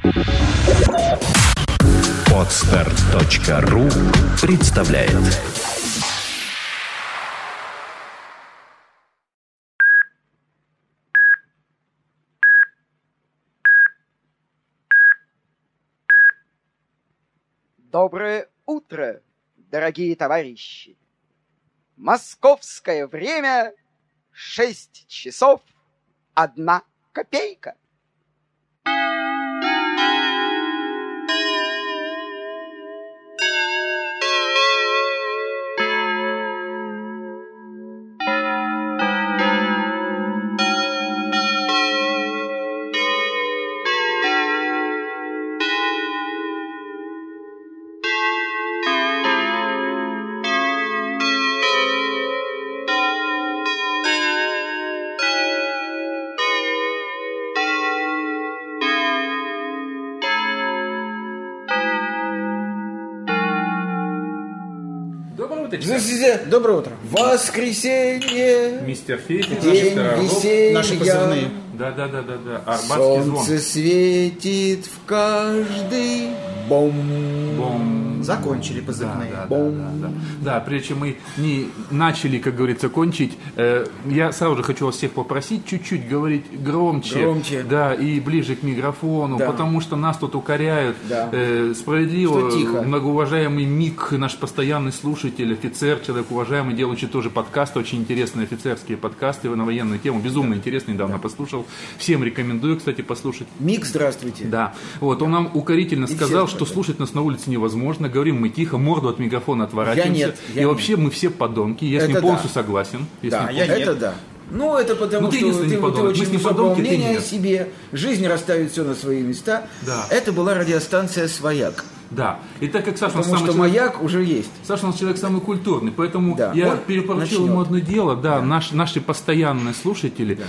Podster.ru представляет. Доброе утро, дорогие товарищи! Московское время 6 часов 1 копейка. Доброе утро. Воскресенье. Мистер Фейфель, день веселья. Наши позывные. Да. Арбатский звон. Солнце светит в каждый бом. Закончили позывные. Да, прежде чем мы не начали, как говорится, кончить, я сразу же хочу вас всех попросить чуть-чуть говорить громче. Да, и ближе к микрофону, да. Потому что нас тут укоряют. Да. Справедливо, Что тихо. многоуважаемый Мик, наш постоянный слушатель, офицер, человек уважаемый, делающий тоже подкасты, очень интересные офицерские подкасты на военную тему, безумно интересный, недавно послушал. Всем рекомендую, кстати, послушать. Мик, здравствуйте. Да, вот, он нам укорительно И сказал, все что слушать нас на улице невозможно, говорим мы тихо, морду от микрофона отворачиваемся. Я и вообще мы все подонки, я с ним полностью согласен. Да, это да. Ну, это потому, ты что единственный ты подонок. очень Мы с ним высокого подонки, ты мнения о нет. себе. Жизнь расставит все на свои места. Да. Это была радиостанция «Свояк». Да, и так как Саша у нас Потому самый что «Маяк» уже есть. Саша у нас человек самый культурный, поэтому Да. я Он перепоручил начнет. ему одно дело. Да, наши постоянные слушатели,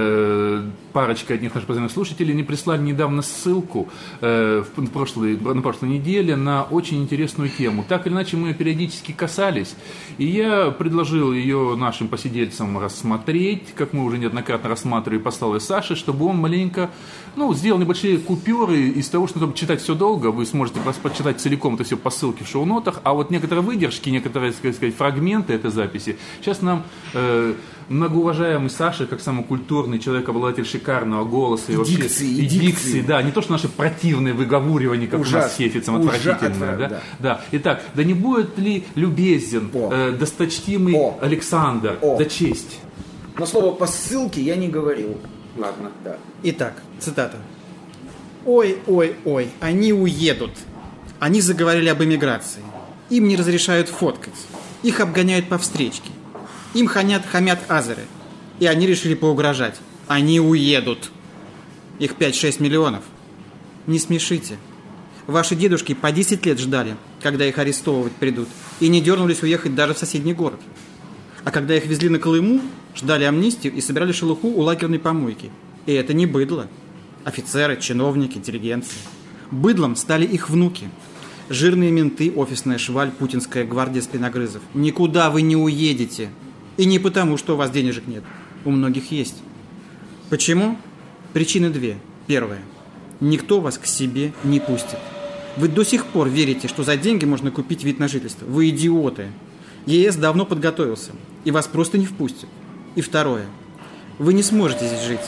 парочка одних наших постоянных слушателей, не прислали недавно ссылку на прошлой неделе на очень интересную тему. Так или иначе мы ее периодически касались, и я предложил ее нашим посидельцам рассмотреть, как мы уже неоднократно рассматривали, послал ее Саше, чтобы он маленько, сделал небольшие купюры из того, что, чтобы читать все долго, вы сможете почитать целиком это все по ссылке в шоу-нотах, а вот некоторые выдержки, некоторые, так сказать, фрагменты этой записи сейчас нам многоуважаемый Саша, как самый культурный человек, обладатель шикарного голоса и вообще дикции, да, не то, что наши противные выговуривания, как у нас с Хефицем, отвратительные, да. Итак, да не будет ли любезен досточтимый Александр, да честь? Но слово «по ссылке» я не говорил. Ладно. Да. Итак, цитата. «Ой, они уедут. Они заговорили об эмиграции. Им не разрешают фоткать. Их обгоняют по встречке. Им хамят азеры. И они решили поугрожать. Они уедут. Их 5-6 миллионов. Не смешите. Ваши дедушки по 10 лет ждали, когда их арестовывать придут, и не дернулись уехать даже в соседний город. А когда их везли на Колыму, ждали амнистию и собирали шелуху у лагерной помойки. И это не быдло. Офицеры, чиновники, интеллигенция. Быдлом стали их внуки. Жирные менты, офисная шваль, путинская гвардия спиногрызов. Никуда вы не уедете. И не потому, что у вас денежек нет. У многих есть. Почему? Причины две. Первая. Никто вас к себе не пустит. Вы до сих пор верите, что за деньги можно купить вид на жительство. Вы идиоты. ЕС давно подготовился. И вас просто не впустят. И второе. Вы не сможете здесь жить.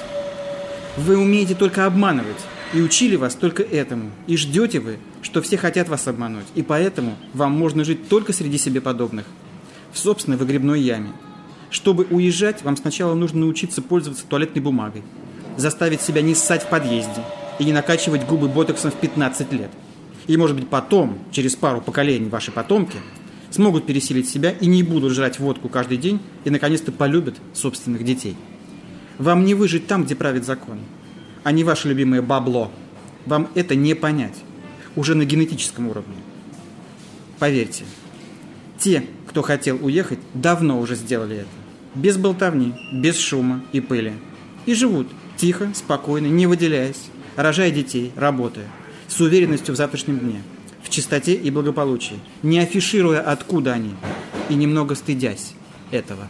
Вы умеете только обманывать. И учили вас только этому. И ждете вы, что все хотят вас обмануть. И поэтому вам можно жить только среди себе подобных. В собственной выгребной яме. Чтобы уезжать, вам сначала нужно научиться пользоваться туалетной бумагой. Заставить себя не ссать в подъезде. И не накачивать губы ботоксом в 15 лет. И может быть потом, через пару поколений, ваши потомки смогут пересилить себя и не будут жрать водку каждый день. И наконец-то полюбят собственных детей. Вам не выжить там, где правит закон, а не ваше любимое бабло. Вам это не понять. Уже на генетическом уровне. Поверьте, те, кто хотел уехать, давно уже сделали это. Без болтовни, без шума и пыли. И живут тихо, спокойно, не выделяясь, рожая детей, работая, с уверенностью в завтрашнем дне, в чистоте и благополучии, не афишируя, откуда они, и немного стыдясь этого.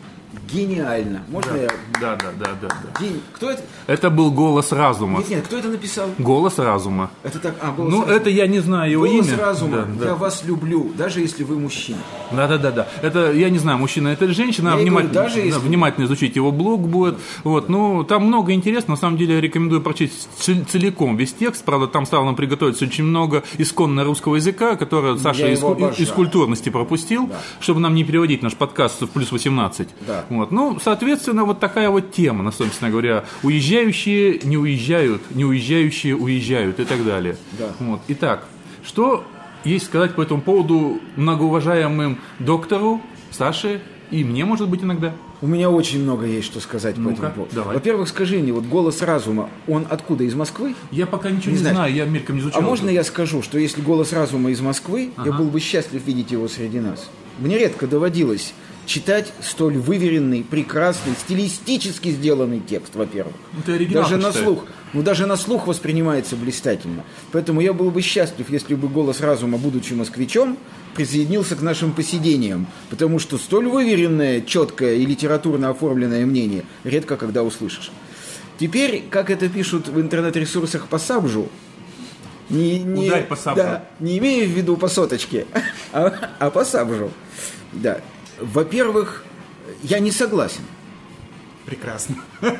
Гениально. Можно я... Да. Кто это? Это был голос разума. Нет, кто это написал? Голос разума. Это так... голос Ну, разума. это я не знаю его Голос имя. разума. Да. Я вас люблю, даже если вы мужчина. Да. Это, я не знаю, мужчина это или женщина, Я и говорю, внимательно, даже если- внимательно изучить его блог будет. Вот, ну, там много интересного. На самом деле, я рекомендую прочесть целиком весь текст. Правда, там стало нам приготовить очень много исконно русского языка, которое Саша его обожаю. из культурности пропустил, чтобы нам не переводить наш подкаст в плюс 18. Да. Вот, ну, соответственно, вот такая вот тема, собственно говоря. Уезжающие не уезжают, не уезжающие уезжают и так далее. Да. Вот. Итак, что есть сказать по этому поводу многоуважаемым доктору, Саше и мне, может быть, иногда? У меня очень много есть что сказать по Ну-ка, этому поводу. давай. Во-первых, скажи мне, вот голос разума, он откуда, из Москвы? Я пока ничего не знаешь. знаю, я мельком не изучал. А можно я скажу, что если голос разума из Москвы, я был бы счастлив видеть его среди нас. Мне редко доводилось читать столь выверенный, прекрасный, стилистически сделанный текст, во-первых. Ну, ты оригинал Даже на почитай. слух. Ну, даже на слух воспринимается блистательно. Поэтому я был бы счастлив, если бы голос разума, будучи москвичом, присоединился к нашим посидениям. Потому что столь выверенное, четкое и литературно оформленное мнение редко когда услышишь. Теперь, как это пишут в интернет-ресурсах по Сабжу, Ударь по Сабжу. Да, не имею в виду по соточке, а по Сабжу. Да. Во-первых, я не согласен. Прекрасно.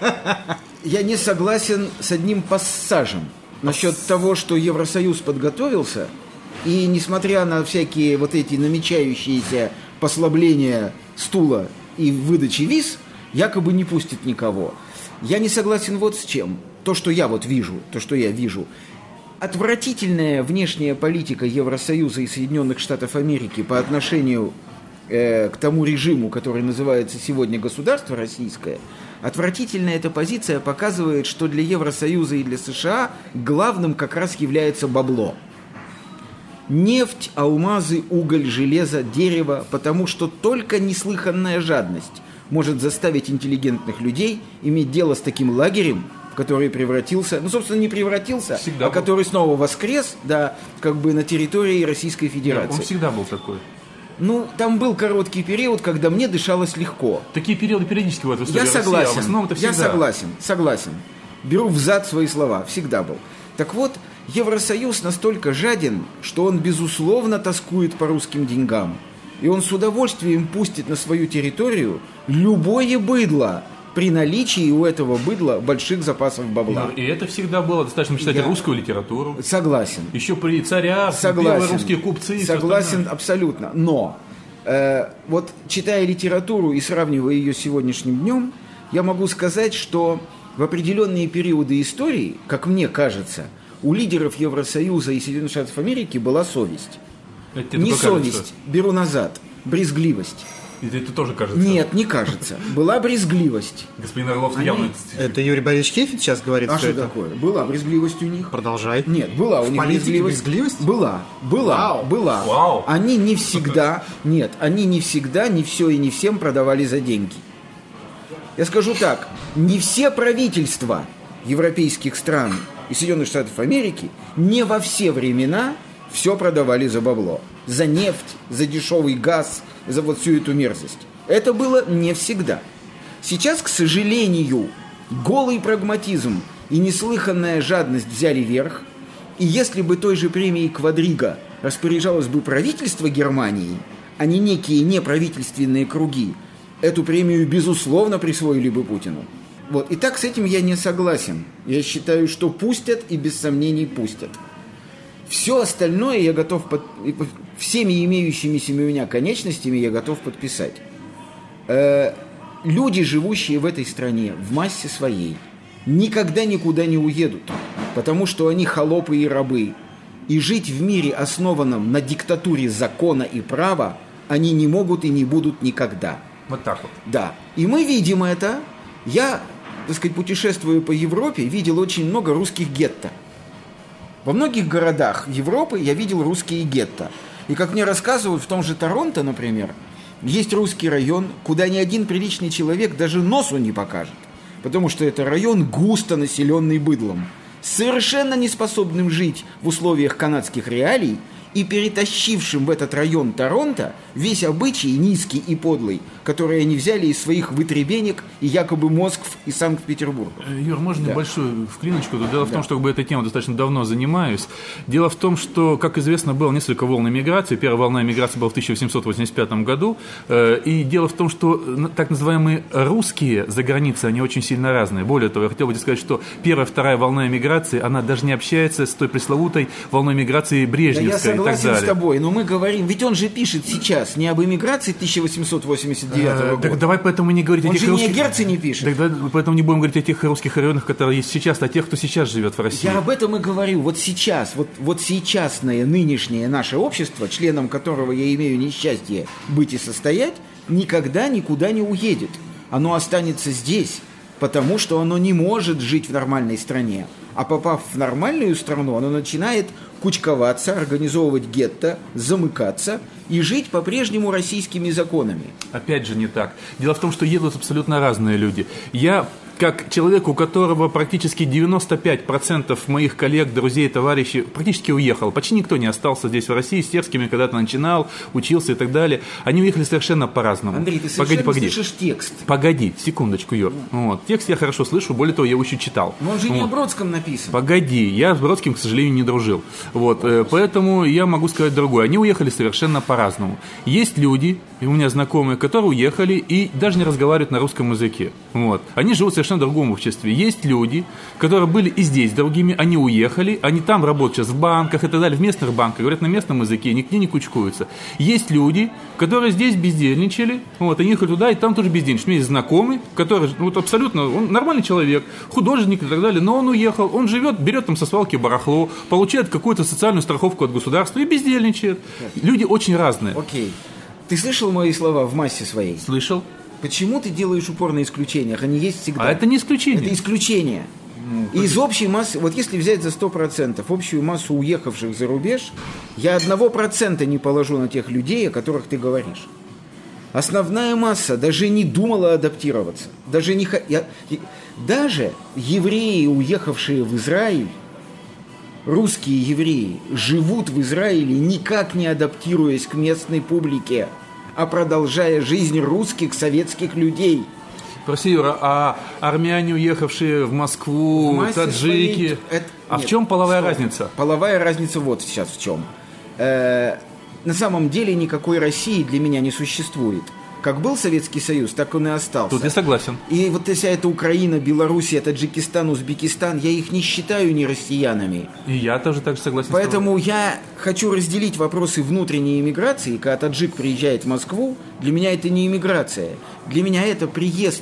Я не согласен с одним пассажем насчет того, что Евросоюз подготовился, и несмотря на всякие вот эти намечающиеся послабления стула и выдачи виз, якобы не пустит никого. Я не согласен вот с чем. То, что я вижу. Отвратительная внешняя политика Евросоюза и Соединенных Штатов Америки по отношению к тому режиму, который называется сегодня государство российское, отвратительная эта позиция показывает, что для Евросоюза и для США главным как раз является бабло. Нефть, алмазы, уголь, железо, дерево, потому что только неслыханная жадность может заставить интеллигентных людей иметь дело с таким лагерем, в который превратился, ну, собственно, не превратился, Всегда а был. который снова воскрес, да, как бы на территории Российской Федерации. Он всегда был такой. Ну, там был короткий период, когда мне дышалось легко. Такие периоды периодически бывают в истории Я согласен. России, а в основном это Я всегда. согласен. Беру взад свои слова. Всегда был. Так вот, Евросоюз настолько жаден, что он, безусловно, тоскует по русским деньгам. И он с удовольствием пустит на свою территорию любое быдло при наличии у этого быдла больших запасов бабла. И это всегда было. Достаточно читать Я- русскую литературу. Согласен. Еще при царях, первые русские купцы. и всё Согласен остальное. абсолютно. Но вот читая литературу и сравнивая ее с сегодняшним днем, я могу сказать, что в определенные периоды истории, как мне кажется, у лидеров Евросоюза и Соединенных Штатов Америки была совесть. Это тебе Не только кажется. совесть, беру назад, брезгливость. И это тоже кажется. Нет, не кажется. Была брезгливость. Господин Орловский явно... Это Юрий Борисович Кефин сейчас говорит А все что это? такое? Была брезгливость у них. Продолжай. Нет, была у В них политике брезгливость? Была. Вау. Они не всегда, не все и не всем продавали за деньги. Я скажу так, не все правительства европейских стран и Соединенных Штатов Америки не во все времена все продавали за бабло. За нефть, за дешевый газ, за вот всю эту мерзость. Это было не всегда. Сейчас, к сожалению, голый прагматизм и неслыханная жадность взяли верх. И если бы той же премией Квадрига распоряжалось бы правительство Германии, а не некие неправительственные круги, эту премию, безусловно, присвоили бы Путину. Вот. И так с этим я не согласен. Я считаю, что пустят и без сомнений пустят. Все остальное я готов всеми имеющимися у меня конечностями я готов подписать. Люди, живущие в этой стране, в массе своей, никогда никуда не уедут, потому что они холопы и рабы. И жить в мире, основанном на диктатуре закона и права, они не могут и не будут никогда. Вот так вот. Да. И мы видим это. Я, так сказать, путешествуя по Европе, видел очень много русских гетто. Во многих городах Европы я видел русские гетто. И, как мне рассказывают, в том же Торонто, например, есть русский район, куда ни один приличный человек даже носу не покажет. Потому что это район, густо населенный быдлом, совершенно не способным жить в условиях канадских реалий и перетащившим в этот район Торонто весь обычай низкий и подлый, который они взяли из своих вытребенек и якобы Москв и Санкт-Петербурга. Юр, можно небольшую вклиночку? Дело в том, что этой темой достаточно давно занимаюсь. Дело в том, что, как известно, было несколько волн эмиграции. Первая волна эмиграции была в 1885 году. И дело в том, что так называемые русские за границей, они очень сильно разные. Более того, я хотел бы сказать, что первая, вторая волна эмиграции, она даже не общается с той пресловутой волной эмиграции брежневской и так далее. Я согласен с тобой, но мы говорим, ведь он же пишет сейчас не об эмиграции 1889 года. Так давай поэтому не говорить о тех русских... Он же не о Герцене пишет. Тогда поэтому не будем говорить о тех русских районах, которые есть сейчас, а о тех, кто сейчас живет в России. Я об этом и говорю. Вот сейчас, вот сейчасное, нынешнее наше общество, членом которого я имею несчастье быть и состоять, никогда никуда не уедет. Оно останется здесь, потому что оно не может жить в нормальной стране. А попав в нормальную страну, оно начинает кучковаться, организовывать гетто, замыкаться и жить по-прежнему российскими законами. Опять же не так. Дело в том, что едут абсолютно разные люди. Я, как человек, у которого практически 95% моих коллег, друзей, товарищей практически уехал. Почти никто не остался здесь в России, с сербскими когда-то начинал, учился и так далее. Они уехали совершенно по-разному. Андрей, ты совершенно слышишь текст. Погоди, секундочку, Юр. Вот. Текст я хорошо слышу, более того, я его еще читал. Но он же не о Бродском написан. Погоди, я с Бродским, к сожалению, не дружил. Вот. Поэтому я могу сказать другое. Они уехали совершенно по-разному. Есть люди, и у меня знакомые, которые уехали и даже не разговаривают на русском языке. Вот. Они живут совершенно в другом обществе. Есть люди, которые были и здесь другими, они уехали, они там работают сейчас в банках и так далее, в местных банках, говорят на местном языке, нигде не кучкуются. Есть люди, которые здесь бездельничали, вот, они ехали туда и там тоже бездельничали. У меня есть знакомый, который вот, абсолютно, он нормальный человек, художник и так далее, но он уехал, он живет, берет там со свалки барахло, получает какую-то социальную страховку от государства и бездельничает. Люди очень разные. Окей. Ты слышал мои слова в массе своей? Слышал. Почему ты делаешь упор на исключениях? Они есть всегда. А это не исключение. Это исключение. Из общей массы, вот если взять за 100% общую массу уехавших за рубеж, я 1% не положу на тех людей, о которых ты говоришь. Основная масса даже не думала адаптироваться. Даже евреи, уехавшие в Израиль, русские евреи, живут в Израиле, никак не адаптируясь к местной публике, а продолжая жизнь русских советских людей. Прости, Юра, а армяне, уехавшие в Москву, таджики... В чем половая разница? Половая разница вот сейчас в чем. На самом деле никакой России для меня не существует. Как был Советский Союз, так он и остался. Тут я согласен. И вот вся эта Украина, Белоруссия, Таджикистан, Узбекистан, я их не считаю не россиянами. И я тоже так же согласен. Поэтому я хочу разделить вопросы внутренней иммиграции. Когда таджик приезжает в Москву, для меня это не иммиграция. Для меня это приезд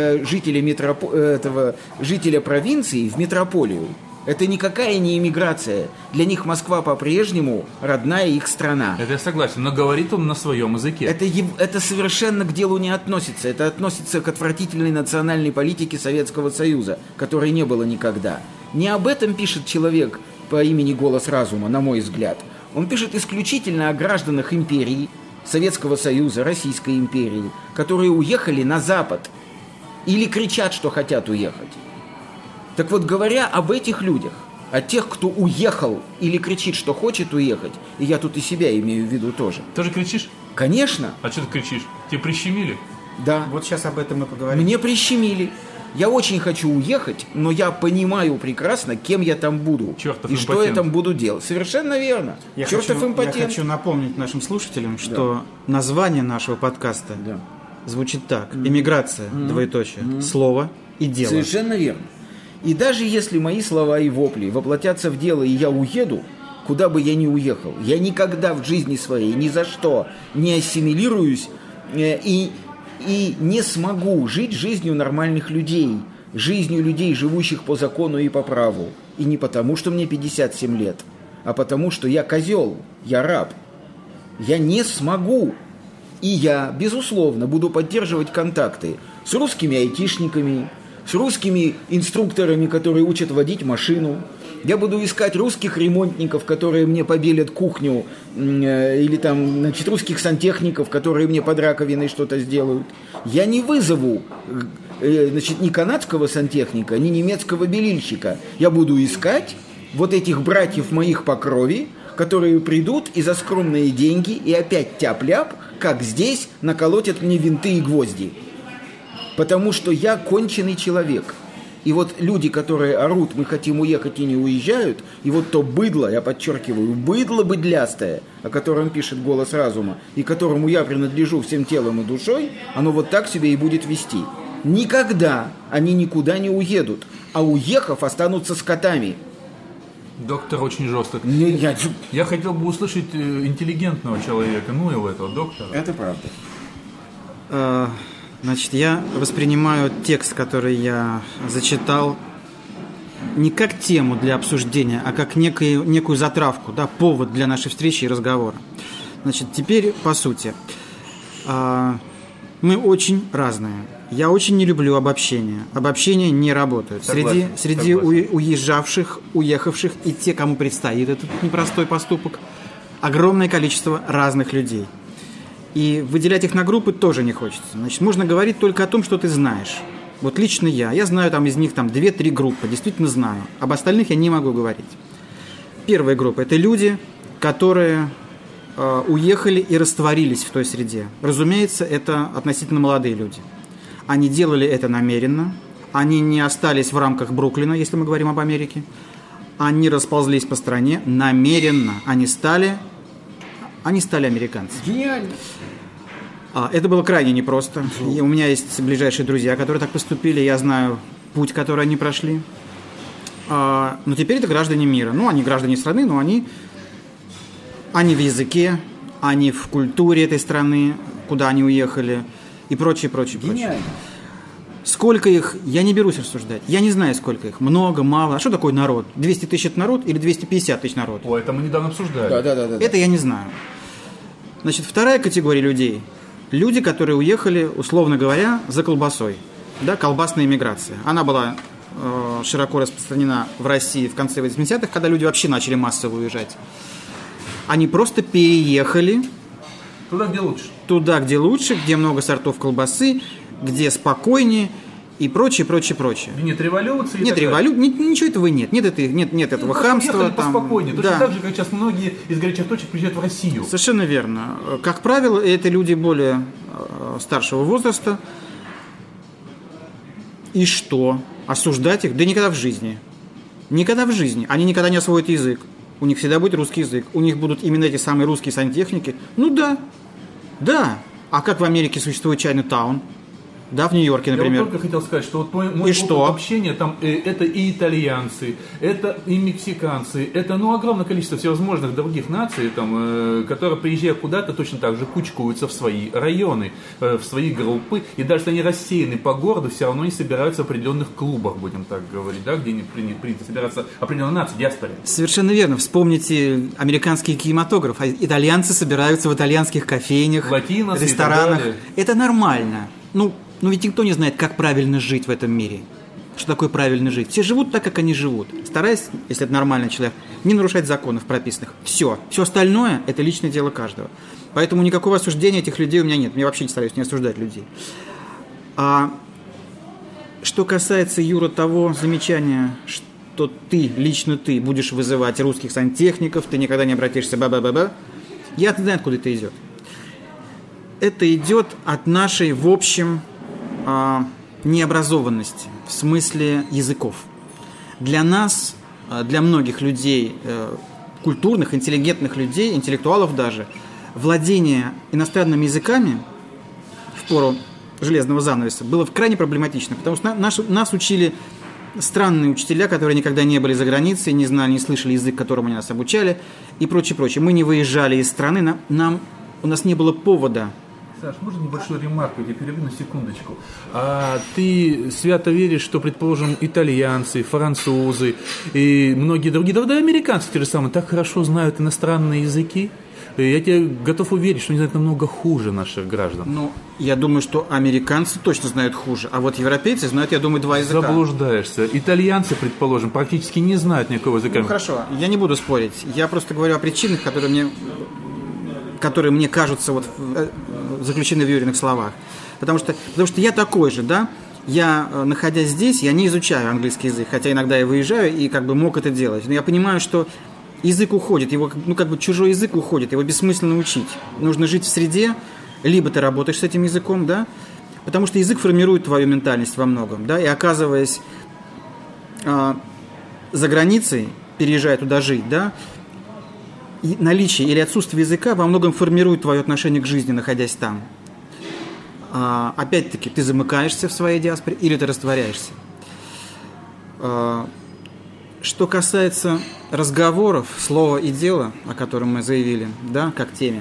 жителя провинции в метрополию. Это никакая не иммиграция. Для них Москва по-прежнему родная их страна. Это я согласен, но говорит он на своем языке. Это совершенно к делу не относится. Это относится к отвратительной национальной политике Советского Союза, которой не было никогда. Не об этом пишет человек по имени «Голос разума», на мой взгляд. Он пишет исключительно о гражданах империи, Советского Союза, Российской империи, которые уехали на Запад или кричат, что хотят уехать. Так вот, говоря об этих людях, о тех, кто уехал или кричит, что хочет уехать, и я тут и себя имею в виду тоже. Тоже кричишь? Конечно. А что ты кричишь? Тебе прищемили? Да. Вот сейчас об этом мы поговорим. Мне прищемили. Я очень хочу уехать, но я понимаю прекрасно, кем я там буду. Чертов и импотент. что я там буду делать. Совершенно верно. Чертов импотент. Я хочу напомнить нашим слушателям, что название нашего подкаста звучит так. Эмиграция, двоеточие, слово и дело. Совершенно верно. И даже если мои слова и вопли воплотятся в дело, и я уеду, куда бы я ни уехал, я никогда в жизни своей ни за что не ассимилируюсь и не смогу жить жизнью нормальных людей, жизнью людей, живущих по закону и по праву. И не потому, что мне 57 лет, а потому, что я козел, я раб. Я не смогу. И я, безусловно, буду поддерживать контакты с русскими айтишниками, с русскими инструкторами, которые учат водить машину. Я буду искать русских ремонтников, которые мне побелят кухню, или там, значит, русских сантехников, которые мне под раковиной что-то сделают. Я не вызову, значит, ни канадского сантехника, ни немецкого белильщика. Я буду искать вот этих братьев моих по крови, которые придут и за скромные деньги и опять тяп-ляп, как здесь, наколотят мне винты и гвозди. Потому что я конченый человек. И вот люди, которые орут, мы хотим уехать и не уезжают, и вот то быдло, я подчеркиваю, быдло быдлястое, о котором пишет «Голос разума», и которому я принадлежу всем телом и душой, оно вот так себя и будет вести. Никогда они никуда не уедут, а уехав, останутся скотами. Доктор очень жесток. Я... Я хотел бы услышать интеллигентного человека, ну его этого доктора. Это правда. Значит, я воспринимаю текст, который я зачитал, не как тему для обсуждения, а как некую затравку, да, повод для нашей встречи и разговора. Значит, теперь по сути. Мы очень разные. Я очень не люблю обобщения. Обобщения не работают. Согласен, Среди уезжавших, уехавших и те, кому предстоит этот непростой поступок, огромное количество разных людей. И выделять их на группы тоже не хочется. Значит, можно говорить только о том, что ты знаешь. Вот лично я знаю там из них 2-3 группы, действительно знаю. Об остальных я не могу говорить. Первая группа – это люди, которые уехали и растворились в той среде. Разумеется, это относительно молодые люди. Они делали это намеренно, они не остались в рамках Бруклина, если мы говорим об Америке. Они расползлись по стране намеренно, они стали американцами. Гениально. Это было крайне непросто. И у меня есть ближайшие друзья, которые так поступили. Я знаю путь, который они прошли. Но теперь это граждане мира. Ну, они граждане страны, но они в языке, они в культуре этой страны, куда они уехали, и прочее. Гениально. Сколько их, я не берусь рассуждать. Я не знаю, сколько их. Много, мало. А что такое народ? 200 тысяч это народ или 250 тысяч народ? О, это мы недавно обсуждали. Да. Это я не знаю. Значит, вторая категория людей. Люди, которые уехали, условно говоря, за колбасой. Да, колбасная иммиграция. Она была широко распространена в России в конце 80-х, когда люди вообще начали массово уезжать. Они просто переехали туда, где лучше, где много сортов колбасы, где спокойнее и прочее. Нет революции. Нет революции, ничего этого нет. Нет этого хамства. Поспокойнее. Да. Точно так же, как сейчас многие из горячих точек приезжают в Россию. Совершенно верно. Как правило, это люди более старшего возраста. И что? Осуждать их? Да никогда в жизни. Никогда в жизни. Они никогда не освоят язык. У них всегда будет русский язык. У них будут именно эти самые русские сантехники. Ну да. Да. А как в Америке существует Чайна-таун? Да, в Нью-Йорке, например. Я вот только хотел сказать, что вот мой опыт общения, там это и итальянцы, это и мексиканцы, это огромное количество всевозможных других наций, там, которые, приезжая куда-то, точно так же кучкуются в свои районы, в свои группы, и даже если они рассеяны по городу, все равно они собираются в определенных клубах, будем так говорить, да, где принято собираться определенные нации, диаспоре. Совершенно верно. Вспомните американский кинематограф. Итальянцы собираются в итальянских кофейнях, латиносы, ресторанах. Это нормально. Но ведь никто не знает, как правильно жить в этом мире. Что такое правильно жить? Все живут так, как они живут, стараясь, если это нормальный человек, не нарушать законов прописанных. Все остальное – это личное дело каждого. Поэтому никакого осуждения этих людей у меня нет. Я вообще не стараюсь не осуждать людей. А что касается, Юра, того замечания, что лично ты будешь вызывать русских сантехников, ты никогда не обратишься ба-ба-ба-ба, я не знаю, откуда это идет. Это идет от нашей, в общем, необразованности, в смысле языков. Для нас, для многих людей, культурных, интеллигентных людей, интеллектуалов даже, владение иностранными языками в пору железного занавеса было крайне проблематично, потому что нас учили странные учителя, которые никогда не были за границей, не знали, не слышали язык, которому они нас обучали, и прочее. Мы не выезжали из страны, у нас не было повода. Саш, можно небольшую ремарку, я перерву на секундочку. А ты свято веришь, что, предположим, итальянцы, французы и многие другие, да американцы те же самые, так хорошо знают иностранные языки? Я тебе готов уверить, что они знают намного хуже наших граждан. Я думаю, что американцы точно знают хуже, а вот европейцы знают, я думаю, 2 языка. Заблуждаешься. Итальянцы, предположим, практически не знают никакого языка. Хорошо, я не буду спорить. Я просто говорю о причинах, которые мне кажутся заключены в Юриных словах. Потому что я такой же, да? Я, находясь здесь, я не изучаю английский язык, хотя иногда я выезжаю и мог это делать. Но я понимаю, что язык уходит, его, чужой язык уходит, его бессмысленно учить. Нужно жить в среде, либо ты работаешь с этим языком, да, потому что язык формирует твою ментальность во многом, да, и оказываясь за границей, переезжая туда жить, да, и наличие или отсутствие языка во многом формирует твое отношение к жизни, находясь там. Опять-таки, ты замыкаешься в своей диаспоре или ты растворяешься. Что касается разговоров, слова и дела, о котором мы заявили, да, как теме,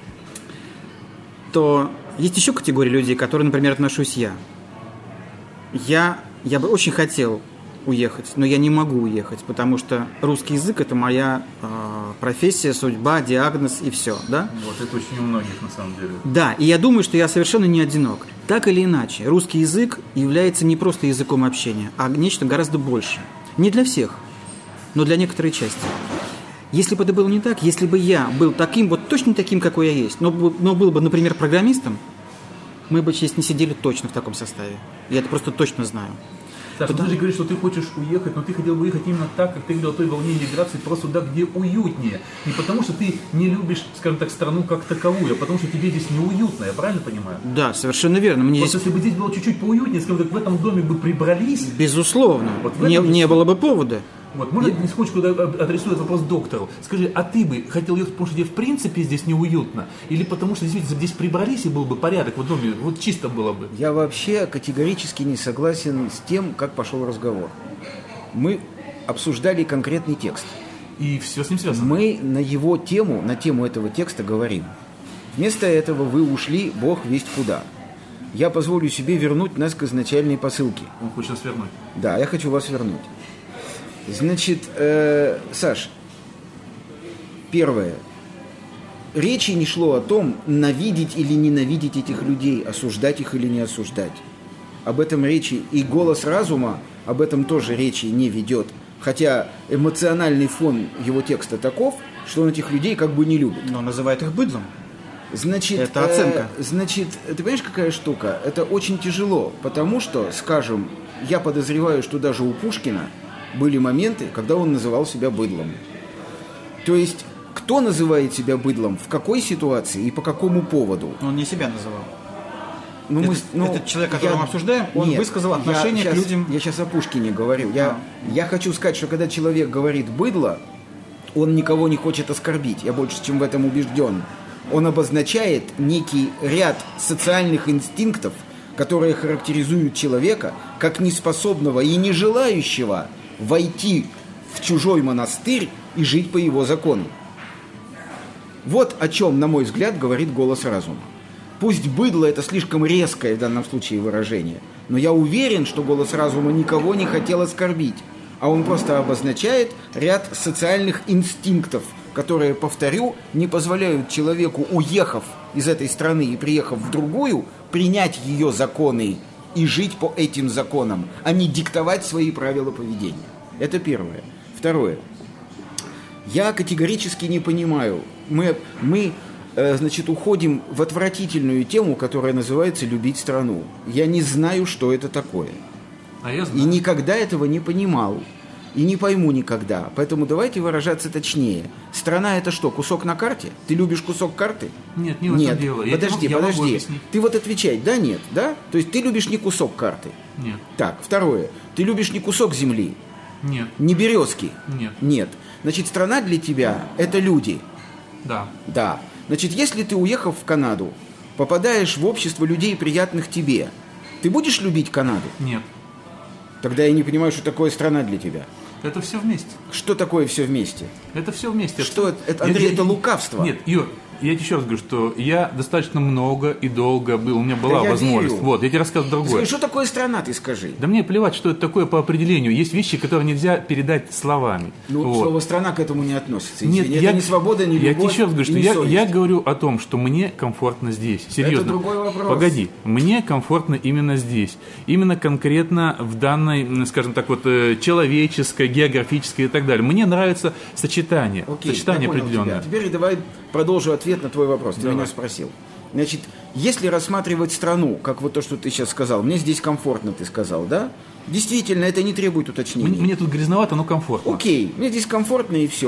то есть еще категория людей, к которым, например, отношусь я. Я бы очень хотел уехать, но я не могу уехать, потому что русский язык – это моя профессия, судьба, диагноз и все, да? Вот это очень у многих, на самом деле. Да, и я думаю, что я совершенно не одинок. Так или иначе, русский язык является не просто языком общения, а нечто гораздо большее. Не для всех, но для некоторой части. Если бы это было не так, если бы я был таким, вот точно таким, какой я есть, но был бы, например, программистом, мы бы сейчас не сидели точно в таком составе. Я это просто точно знаю. Саша, ты же говоришь, что ты хочешь уехать, но ты хотел бы уехать именно так, как ты говорил о той волне миграции, просто туда, где уютнее. Не потому, что ты не любишь, скажем так, страну как таковую, а потому, что тебе здесь неуютно, я правильно понимаю? Да, совершенно верно. Просто если бы здесь было чуть-чуть поуютнее, скажем так, в этом доме бы прибрались. Безусловно. Вот не было бы повода. Вот, можно не хочешь, куда адресует вопрос доктору. Скажи, а ты бы хотел ехать, потому что тебе в принципе здесь неуютно? Или потому что действительно здесь прибрались и был бы порядок в доме, вот чисто было бы? Я вообще категорически не согласен с тем, как пошел разговор. Мы обсуждали конкретный текст. И все с ним связано. Мы на его тему, на тему этого текста говорим. Вместо этого вы ушли, бог весть куда. Я позволю себе вернуть нас к изначальной посылке. Он хочет нас вернуть. Да, я хочу вас вернуть. Значит, Саш, первое. Речи не шло о том, ненавидеть или ненавидеть этих людей, осуждать их или не осуждать. Об этом речи и голос разума об этом тоже речи не ведет. Хотя эмоциональный фон его текста таков, что он этих людей как бы не любит. Но называет их быдлом. Значит, это оценка. Значит, ты понимаешь, какая штука? Это очень тяжело, потому что, скажем, я подозреваю, что даже у Пушкина были моменты, когда он называл себя быдлом. То есть, кто называет себя быдлом, в какой ситуации и по какому поводу? Он не себя называл. Этот человек, которого мы обсуждаем, он высказал отношение к людям. Я сейчас о Пушкине говорю. Я хочу сказать, что когда человек говорит «быдло», он никого не хочет оскорбить. Я больше чем в этом убежден. Он обозначает некий ряд социальных инстинктов, которые характеризуют человека как неспособного и не желающего войти в чужой монастырь и жить по его законам. Вот о чем, на мой взгляд, говорит голос разума. Пусть быдло – это слишком резкое в данном случае выражение, но я уверен, что голос разума никого не хотел оскорбить, а он просто обозначает ряд социальных инстинктов, которые, повторю, не позволяют человеку, уехав из этой страны и приехав в другую, принять ее законы и жить по этим законам, а не диктовать свои правила поведения. Это первое. Второе. Я категорически не понимаю. Мы уходим в отвратительную тему, которая называется «любить страну». Я не знаю, что это такое. А я знаю. И никогда этого не понимал. И не пойму никогда. Поэтому давайте выражаться точнее. Страна – это что, кусок на карте? Ты любишь кусок карты? Нет, не в этом дело. Подожди. Ты вот отвечай, да, нет, да? То есть ты любишь не кусок карты? Нет. Так, второе. Ты любишь не кусок земли? Нет. Не березки? Нет. Нет. Значит, страна для тебя – это люди? Да. Да. Значит, если ты, уехав в Канаду, попадаешь в общество людей, приятных тебе, ты будешь любить Канаду? Нет. Тогда я не понимаю, что такое страна для тебя. Это все вместе. Что такое все вместе? Это все вместе. Что это, Андрей, это лукавство. Нет, Юр, я тебе еще раз говорю, что я достаточно много и долго был, у меня была возможность. Верю. Вот, я тебе рассказываю другое. Скажи, что такое страна, ты скажи. Да мне плевать, что это такое по определению. Есть вещи, которые нельзя передать словами. Слово «страна» к этому не относится. Нет, это не свобода, не любовь. Я тебе еще раз говорю, что я говорю о том, что мне комфортно здесь. Серьезно. Это другой вопрос. Погоди, мне комфортно именно здесь. Именно конкретно в данной, скажем так, вот человеческой, географической и так далее. Мне нравится сочетание. Окей, сочетание определенное. Теперь давай продолжу ответ на твой вопрос. Ты меня спросил. Значит, если рассматривать страну, как вот то, что ты сейчас сказал, мне здесь комфортно, ты сказал, да? Действительно, это не требует уточнения. Мне тут грязновато, но комфортно. Окей, мне здесь комфортно и все.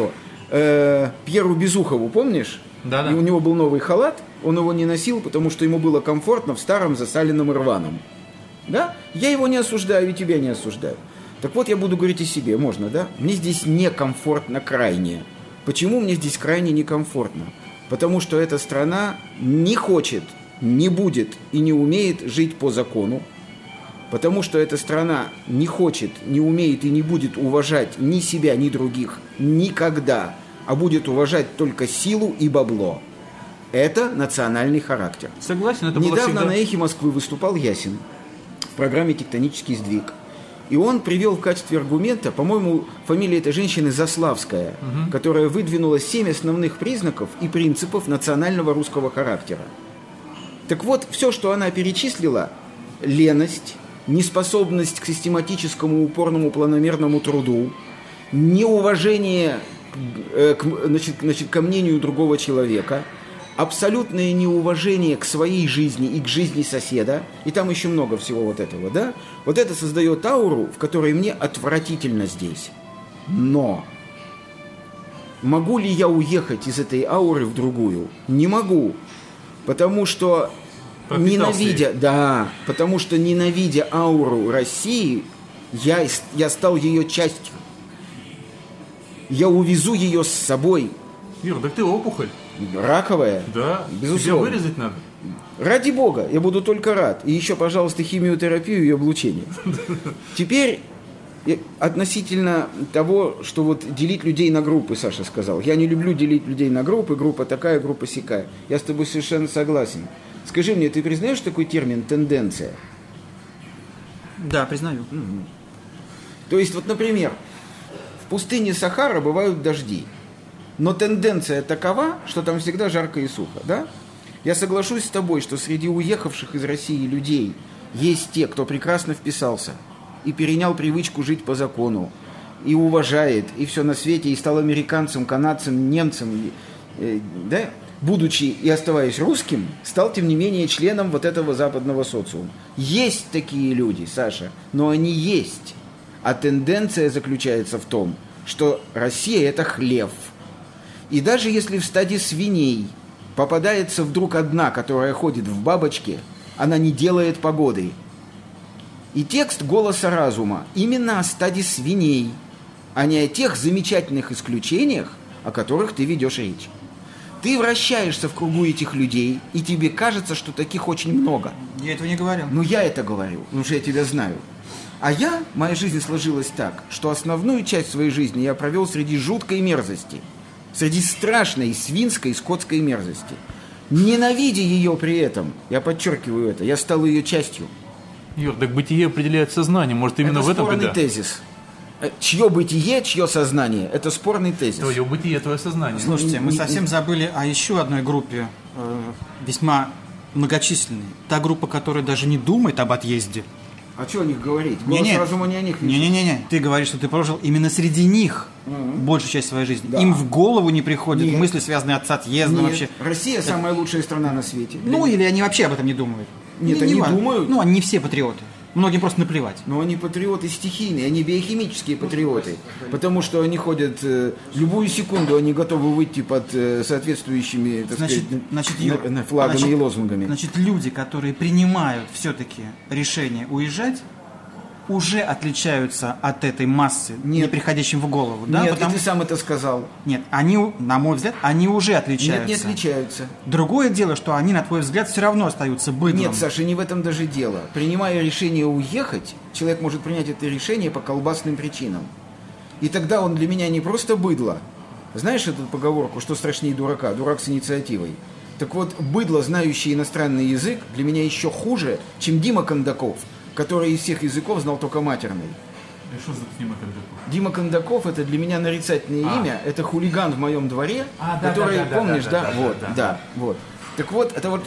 Пьеру Безухову, помнишь? Да-да. И у него был новый халат, он его не носил, потому что ему было комфортно в старом засаленном и рваном. Да? Я его не осуждаю, и тебя не осуждаю. Так вот, я буду говорить о себе, можно, да? Мне здесь некомфортно крайне. Почему мне здесь крайне некомфортно? Потому что эта страна не хочет, не будет и не умеет жить по закону. Потому что эта страна не хочет, не умеет и не будет уважать ни себя, ни других никогда, а будет уважать только силу и бабло. Это национальный характер. Согласен, это было Недавно всегда... на «Эхе Москвы» выступал Ясин в программе «Тектонический сдвиг». И он привел в качестве аргумента, по-моему, фамилия этой женщины Заславская, которая выдвинула 7 основных признаков и принципов национального русского характера. Так вот, все, что она перечислила, леность, неспособность к систематическому, упорному, планомерному труду, неуважение ко мнению другого человека, абсолютное неуважение к своей жизни и к жизни соседа, и там еще много всего вот этого, да? Вот это создает ауру, в которой мне отвратительно здесь. Но могу ли я уехать из этой ауры в другую? Не могу, потому что ненавидя ауру России, я стал ее частью. Я увезу ее с собой. Юр, так ты опухоль. Раковая? Да. Безусловно. Тебя вырезать надо? Ради бога, я буду только рад. И еще, пожалуйста, химиотерапию и облучение. Теперь относительно того, что вот делить людей на группы, Саша сказал. Я не люблю делить людей на группы, группа такая, группа сякая. Я с тобой совершенно согласен. Скажи мне, ты признаешь такой термин «тенденция»? Да, признаю. То есть, вот, например, в пустыне Сахара бывают дожди. Но тенденция такова, что там всегда жарко и сухо, да? Я соглашусь с тобой, что среди уехавших из России людей есть те, кто прекрасно вписался и перенял привычку жить по закону, и уважает, и все на свете, и стал американцем, канадцем, немцем, да? Будучи и оставаясь русским, стал, тем не менее, членом вот этого западного социума. Есть такие люди, Саша, но они есть. А тенденция заключается в том, что Россия – это хлев. И даже если в стаде свиней попадается вдруг одна, которая ходит в бабочке, она не делает погоды. И текст «Голоса разума» именно о стаде свиней, а не о тех замечательных исключениях, о которых ты ведешь речь. Ты вращаешься в кругу этих людей, и тебе кажется, что таких очень много. Я этого не говорил. Ну, я это говорю, потому что я тебя знаю. А моя жизнь сложилась так, что основную часть своей жизни я провел среди жуткой мерзости. Среди страшной свинской скотской мерзости. Ненавидя ее при этом, я подчеркиваю это, я стал ее частью. Юр, так бытие определяет сознание, может именно в этом беда? Это спорный тезис. Чье бытие, чье сознание, это спорный тезис. Твое бытие, твое сознание. Слушайте, мы совсем забыли о еще одной группе, весьма многочисленной. Та группа, которая даже не думает об отъезде. А что о них говорить? Голос разума не о них. Не-не-не. Ты говоришь, что ты прожил именно среди них большую часть своей жизни. Да. Им в голову не приходят мысли, связанные с отъездом вообще. Россия самая лучшая страна на свете. Ну, или они вообще об этом не думают. Нет, они думают. Ну, они не все патриоты. Многим просто наплевать. Но они патриоты стихийные, они биохимические патриоты. Потому что они ходят, любую секунду они готовы выйти под соответствующими, так сказать, флагами и лозунгами. Значит, люди, которые принимают все-таки решение уезжать, уже отличаются от этой массы, не приходящим в голову. Да? Нет, ты сам это сказал. Нет, они, на мой взгляд, они уже отличаются. Нет, не отличаются. Другое дело, что они, на твой взгляд, все равно остаются быдлом. Нет, Саша, не в этом даже дело. Принимая решение уехать, человек может принять это решение по колбасным причинам. И тогда он для меня не просто быдло. Знаешь эту поговорку, что страшнее дурака? Дурак с инициативой. Так вот, быдло, знающий иностранный язык, для меня еще хуже, чем Дима Кондаков, который из всех языков знал только матерный. Что за Дима Кондаков? Дима Кондаков – это для меня нарицательное имя. Это хулиган в моем дворе, который, помнишь, да? Вот. Так вот, это вот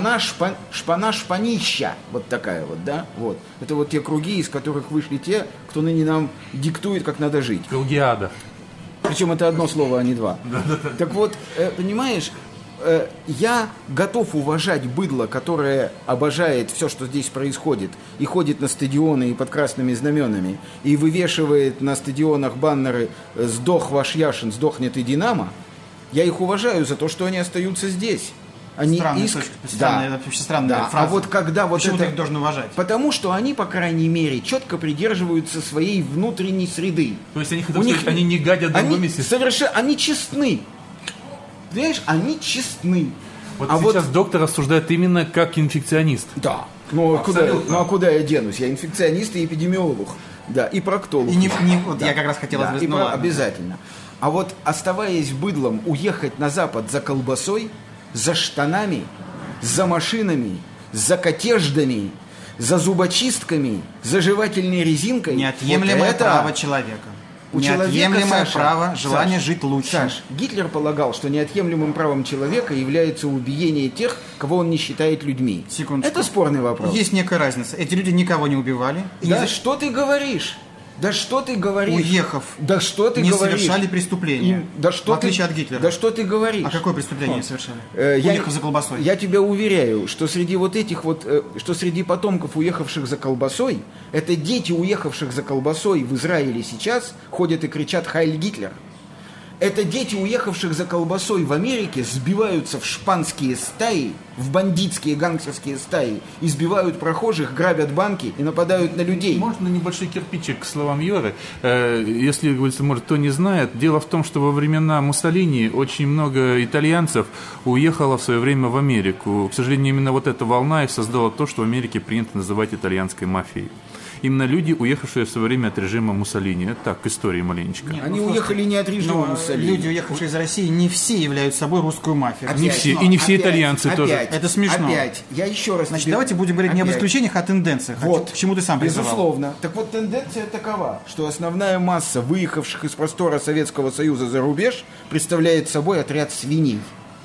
шпанища, вот такая вот, да? Вот. Это вот те круги, из которых вышли те, кто ныне нам диктует, как надо жить. Кругиада. Причем это одно слово, а не два. Так вот, понимаешь, я готов уважать быдло, которое обожает все, что здесь происходит, и ходит на стадионы и под красными знаменами, и вывешивает на стадионах баннеры «Сдох ваш Яшин, сдохнет и Динамо». Я их уважаю за то, что они остаются здесь. Они Странная, это вообще странная фраза. А вот когда вот почему это... ты их должен уважать? Потому что они, по крайней мере, четко придерживаются своей внутренней среды. То есть они не гадят другим месте. Они честны. Понимаешь, они честны. Вот сейчас доктор рассуждает именно как инфекционист. Да. А куда я денусь? Я инфекционист и эпидемиолог. Да, и проктолог. Я как раз хотел обязательно. А вот оставаясь быдлом, уехать на Запад за колбасой, за штанами, за машинами, за котеждами, за зубочистками, за жевательной резинкой. Неотъемлемое право человека. Неотъемлемое право, желание жить лучше. Саш, Гитлер полагал, что неотъемлемым правом человека является убиение тех, кого он не считает людьми. Секундочку. Это спорный вопрос. Есть некая разница. Эти люди никого не убивали. Что ты говоришь? Да что ты говоришь? Уехав, да что ты не говоришь? совершали преступления. В отличие от Гитлера. Да что ты говоришь? А какое преступление совершали? Уехав за колбасой. Я тебя уверяю, что среди вот этих вот, что среди потомков уехавших за колбасой, это дети уехавших за колбасой в Израиле сейчас ходят и кричат «Хайль Гитлер». Это дети, уехавших за колбасой в Америке, сбиваются в шпанские стаи, в бандитские гангстерские стаи, избивают прохожих, грабят банки и нападают на людей. Можно небольшой кирпичик к словам Юры? Если, может, кто не знает, дело в том, что во времена Муссолини очень много итальянцев уехало в свое время в Америку. К сожалению, именно вот эта волна и создала то, что в Америке принято называть итальянской мафией. Именно люди, уехавшие в свое время от режима Муссолини. Это так, к истории маленечко. Они уехали не от режима Муссолини. Люди, уехавшие из России, не все являются собой русскую мафию. Не все, и не все итальянцы тоже. Это смешно. Я еще раз... Значит, давайте будем говорить не об исключениях, а о тенденциях. Вот. К чему ты сам призывал. Безусловно. Так вот, тенденция такова, что основная масса выехавших из простора Советского Союза за рубеж представляет собой отряд свиней.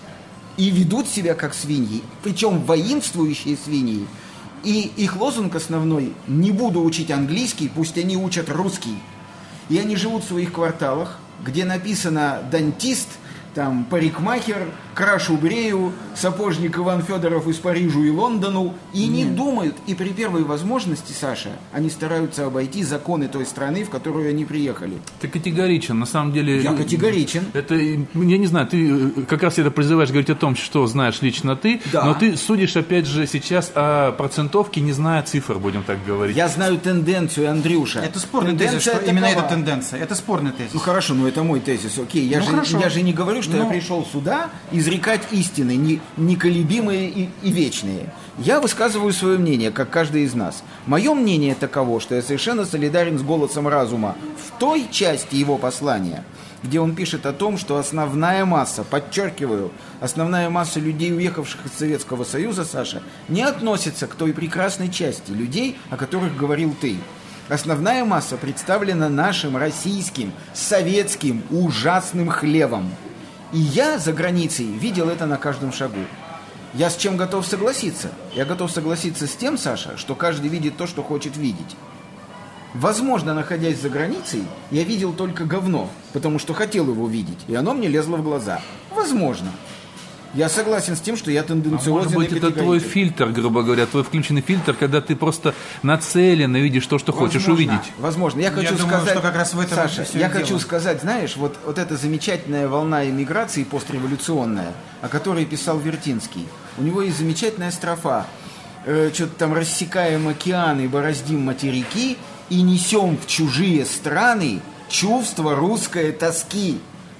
И ведут себя как свиньи, причем воинствующие свиньи. И их лозунг основной – не буду учить английский, пусть они учат русский. И они живут в своих кварталах, где написано «дантист», там парикмахер, крашу брею, сапожник Иван Федоров из Парижу и Лондону, и не думают, и при первой возможности, Саша, они стараются обойти законы той страны, в которую они приехали. Ты категоричен, на самом деле. Я категоричен. Это, я не знаю, ты как раз это призываешь говорить о том, что знаешь лично ты, да. Но ты судишь, опять же, сейчас о процентовке, не зная цифр, будем так говорить. Я знаю тенденцию, Андрюша. Это спорный тезис, что именно эта тенденция. Это спорный тезис. Ну хорошо, но это мой тезис, окей. Я же не говорю, что я пришел сюда изрекать истины, неколебимые и вечные. Я высказываю свое мнение, как каждый из нас. Мое мнение таково, что я совершенно солидарен с голосом разума в той части его послания, где он пишет о том, что основная масса, подчеркиваю, основная масса людей, уехавших из Советского Союза, Саша, не относится к той прекрасной части людей, о которых говорил ты. Основная масса представлена нашим российским, советским, ужасным хлевом. И я за границей видел это на каждом шагу. Я с чем готов согласиться? Я готов согласиться с тем, Саша, что каждый видит то, что хочет видеть. Возможно, находясь за границей, я видел только говно, потому что хотел его видеть, и оно мне лезло в глаза. Возможно. Я согласен с тем, что я тенденциозен. Может быть, это твой фильтр, грубо говоря, твой включенный фильтр, когда ты просто нацеленно видишь то, что хочешь увидеть. Возможно. Я хочу думаю, сказать, что как раз в этом Саша, все я дело. хочу сказать, знаешь, вот эта замечательная волна эмиграции постреволюционная, о которой писал Вертинский. У него есть замечательная строфа. Что-то там рассекаем океаны, бороздим материки и несем в чужие страны чувство русской тоски.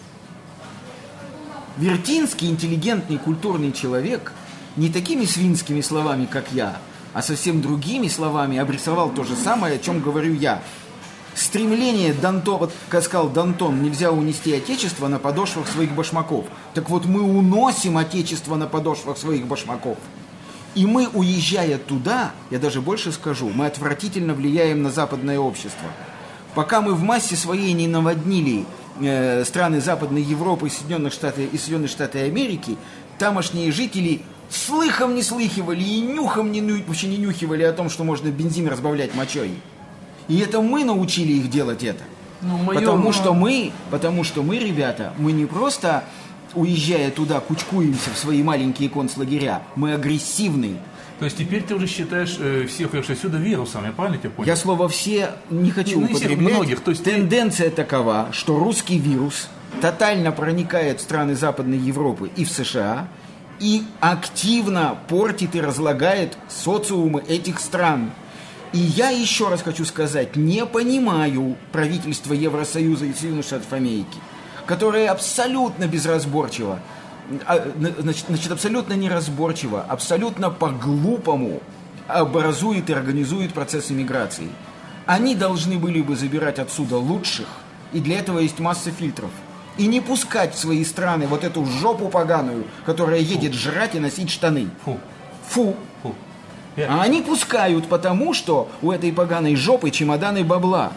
Вертинский, интеллигентный, культурный человек, не такими свинскими словами, как я, а совсем другими словами обрисовал то же самое, о чем говорю я. Стремление Дантон, вот как сказал Дантон, нельзя унести отечество на подошвах своих башмаков. Так вот мы уносим отечество на подошвах своих башмаков. И мы, уезжая туда, я даже больше скажу, мы отвратительно влияем на западное общество. Пока мы в массе своей не наводнили страны Западной Европы и Соединенных Штатов Америки, тамошние жители слыхом не слыхивали и нюхом вообще не нюхивали о том, что можно бензин разбавлять мочой. И это мы научили их делать это. Потому что мы, ребята, мы не просто уезжая туда, кучкуемся в свои маленькие концлагеря. Мы агрессивны. То есть теперь ты уже считаешь всех уехавших сюда вирусом, я правильно тебя понял? Я слово «все» не хочу употреблять. Многих. То есть тенденция такова, что русский вирус тотально проникает в страны Западной Европы и в США и активно портит и разлагает социумы этих стран. И я еще раз хочу сказать, не понимаю правительство Евросоюза и Соединенных Штатов Америки, которое абсолютно безразборчиво, значит, абсолютно неразборчиво, абсолютно по-глупому образует и организует процесс иммиграции. Они должны были бы забирать отсюда лучших, и для этого есть масса фильтров. И не пускать в свои страны вот эту жопу поганую, которая едет жрать и носить штаны. Фу. А они пускают, потому что у этой поганой жопы чемоданы бабла.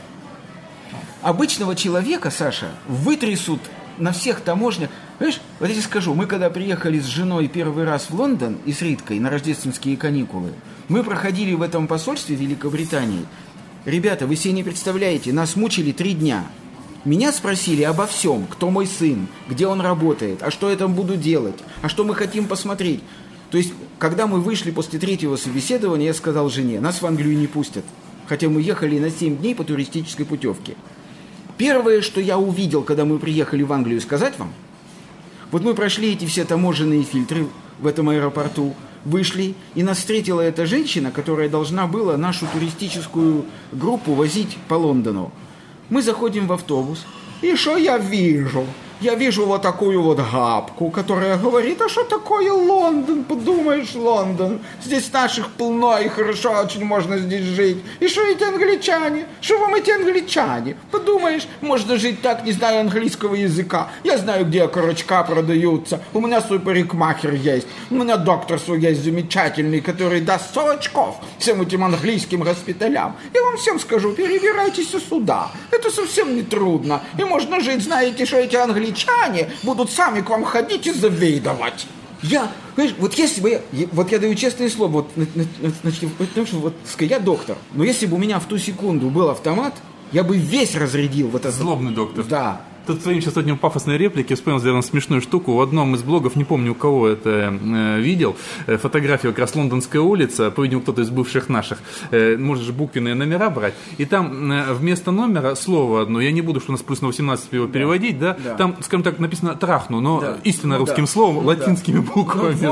Обычного человека, Саша, вытрясут на всех таможнях. Понимаешь, вот я тебе скажу, мы когда приехали с женой первый раз в Лондон и с Риткой на рождественские каникулы, мы проходили в этом посольстве Великобритании. Ребята, вы себе не представляете, нас мучили 3 дня. Меня спросили обо всем, кто мой сын, где он работает, а что я там буду делать, а что мы хотим посмотреть. То есть, когда мы вышли после 3-го собеседования, я сказал жене, нас в Англию не пустят. Хотя мы ехали на 7 дней по туристической путевке. Первое, что я увидел, когда мы приехали в Англию, сказать вам, вот мы прошли эти все таможенные фильтры в этом аэропорту, вышли, и нас встретила эта женщина, которая должна была нашу туристическую группу возить по Лондону. Мы заходим в автобус, и что я вижу? Я вижу вот такую вот габку, которая говорит, а что такое Лондон? Подумаешь, Лондон. Здесь наших полно, и хорошо очень можно здесь жить. И что эти англичане? Что вам эти англичане? Подумаешь, можно жить так, не зная английского языка. Я знаю, где окорочка продаются. У меня свой парикмахер есть. У меня доктор свой есть замечательный, который даст 100 очков всем этим английским госпиталям. Я вам всем скажу, перебирайтесь сюда. Это совсем не трудно. И можно жить, знаете, что эти англичане будут сами к вам ходить и завидовать. Понимаешь, вот если бы я даю честное слово, значит, потому что я доктор, но если бы у меня в ту секунду был автомат, я бы весь разрядил вот это. Злобный доктор. Да. Тут своим сейчас одним пафосной реплики вспомнил, наверное, смешную штуку. В одном из блогов, не помню, у кого это видел, фотографию как раз Лондонская улица, по-видимому, кто-то из бывших наших, можешь буквенные номера брать, и там вместо номера слово одно, я не буду, что у нас плюс на 18 его переводить, да? Там, скажем так, написано «трахну», но истинно русским словом, латинскими буквами.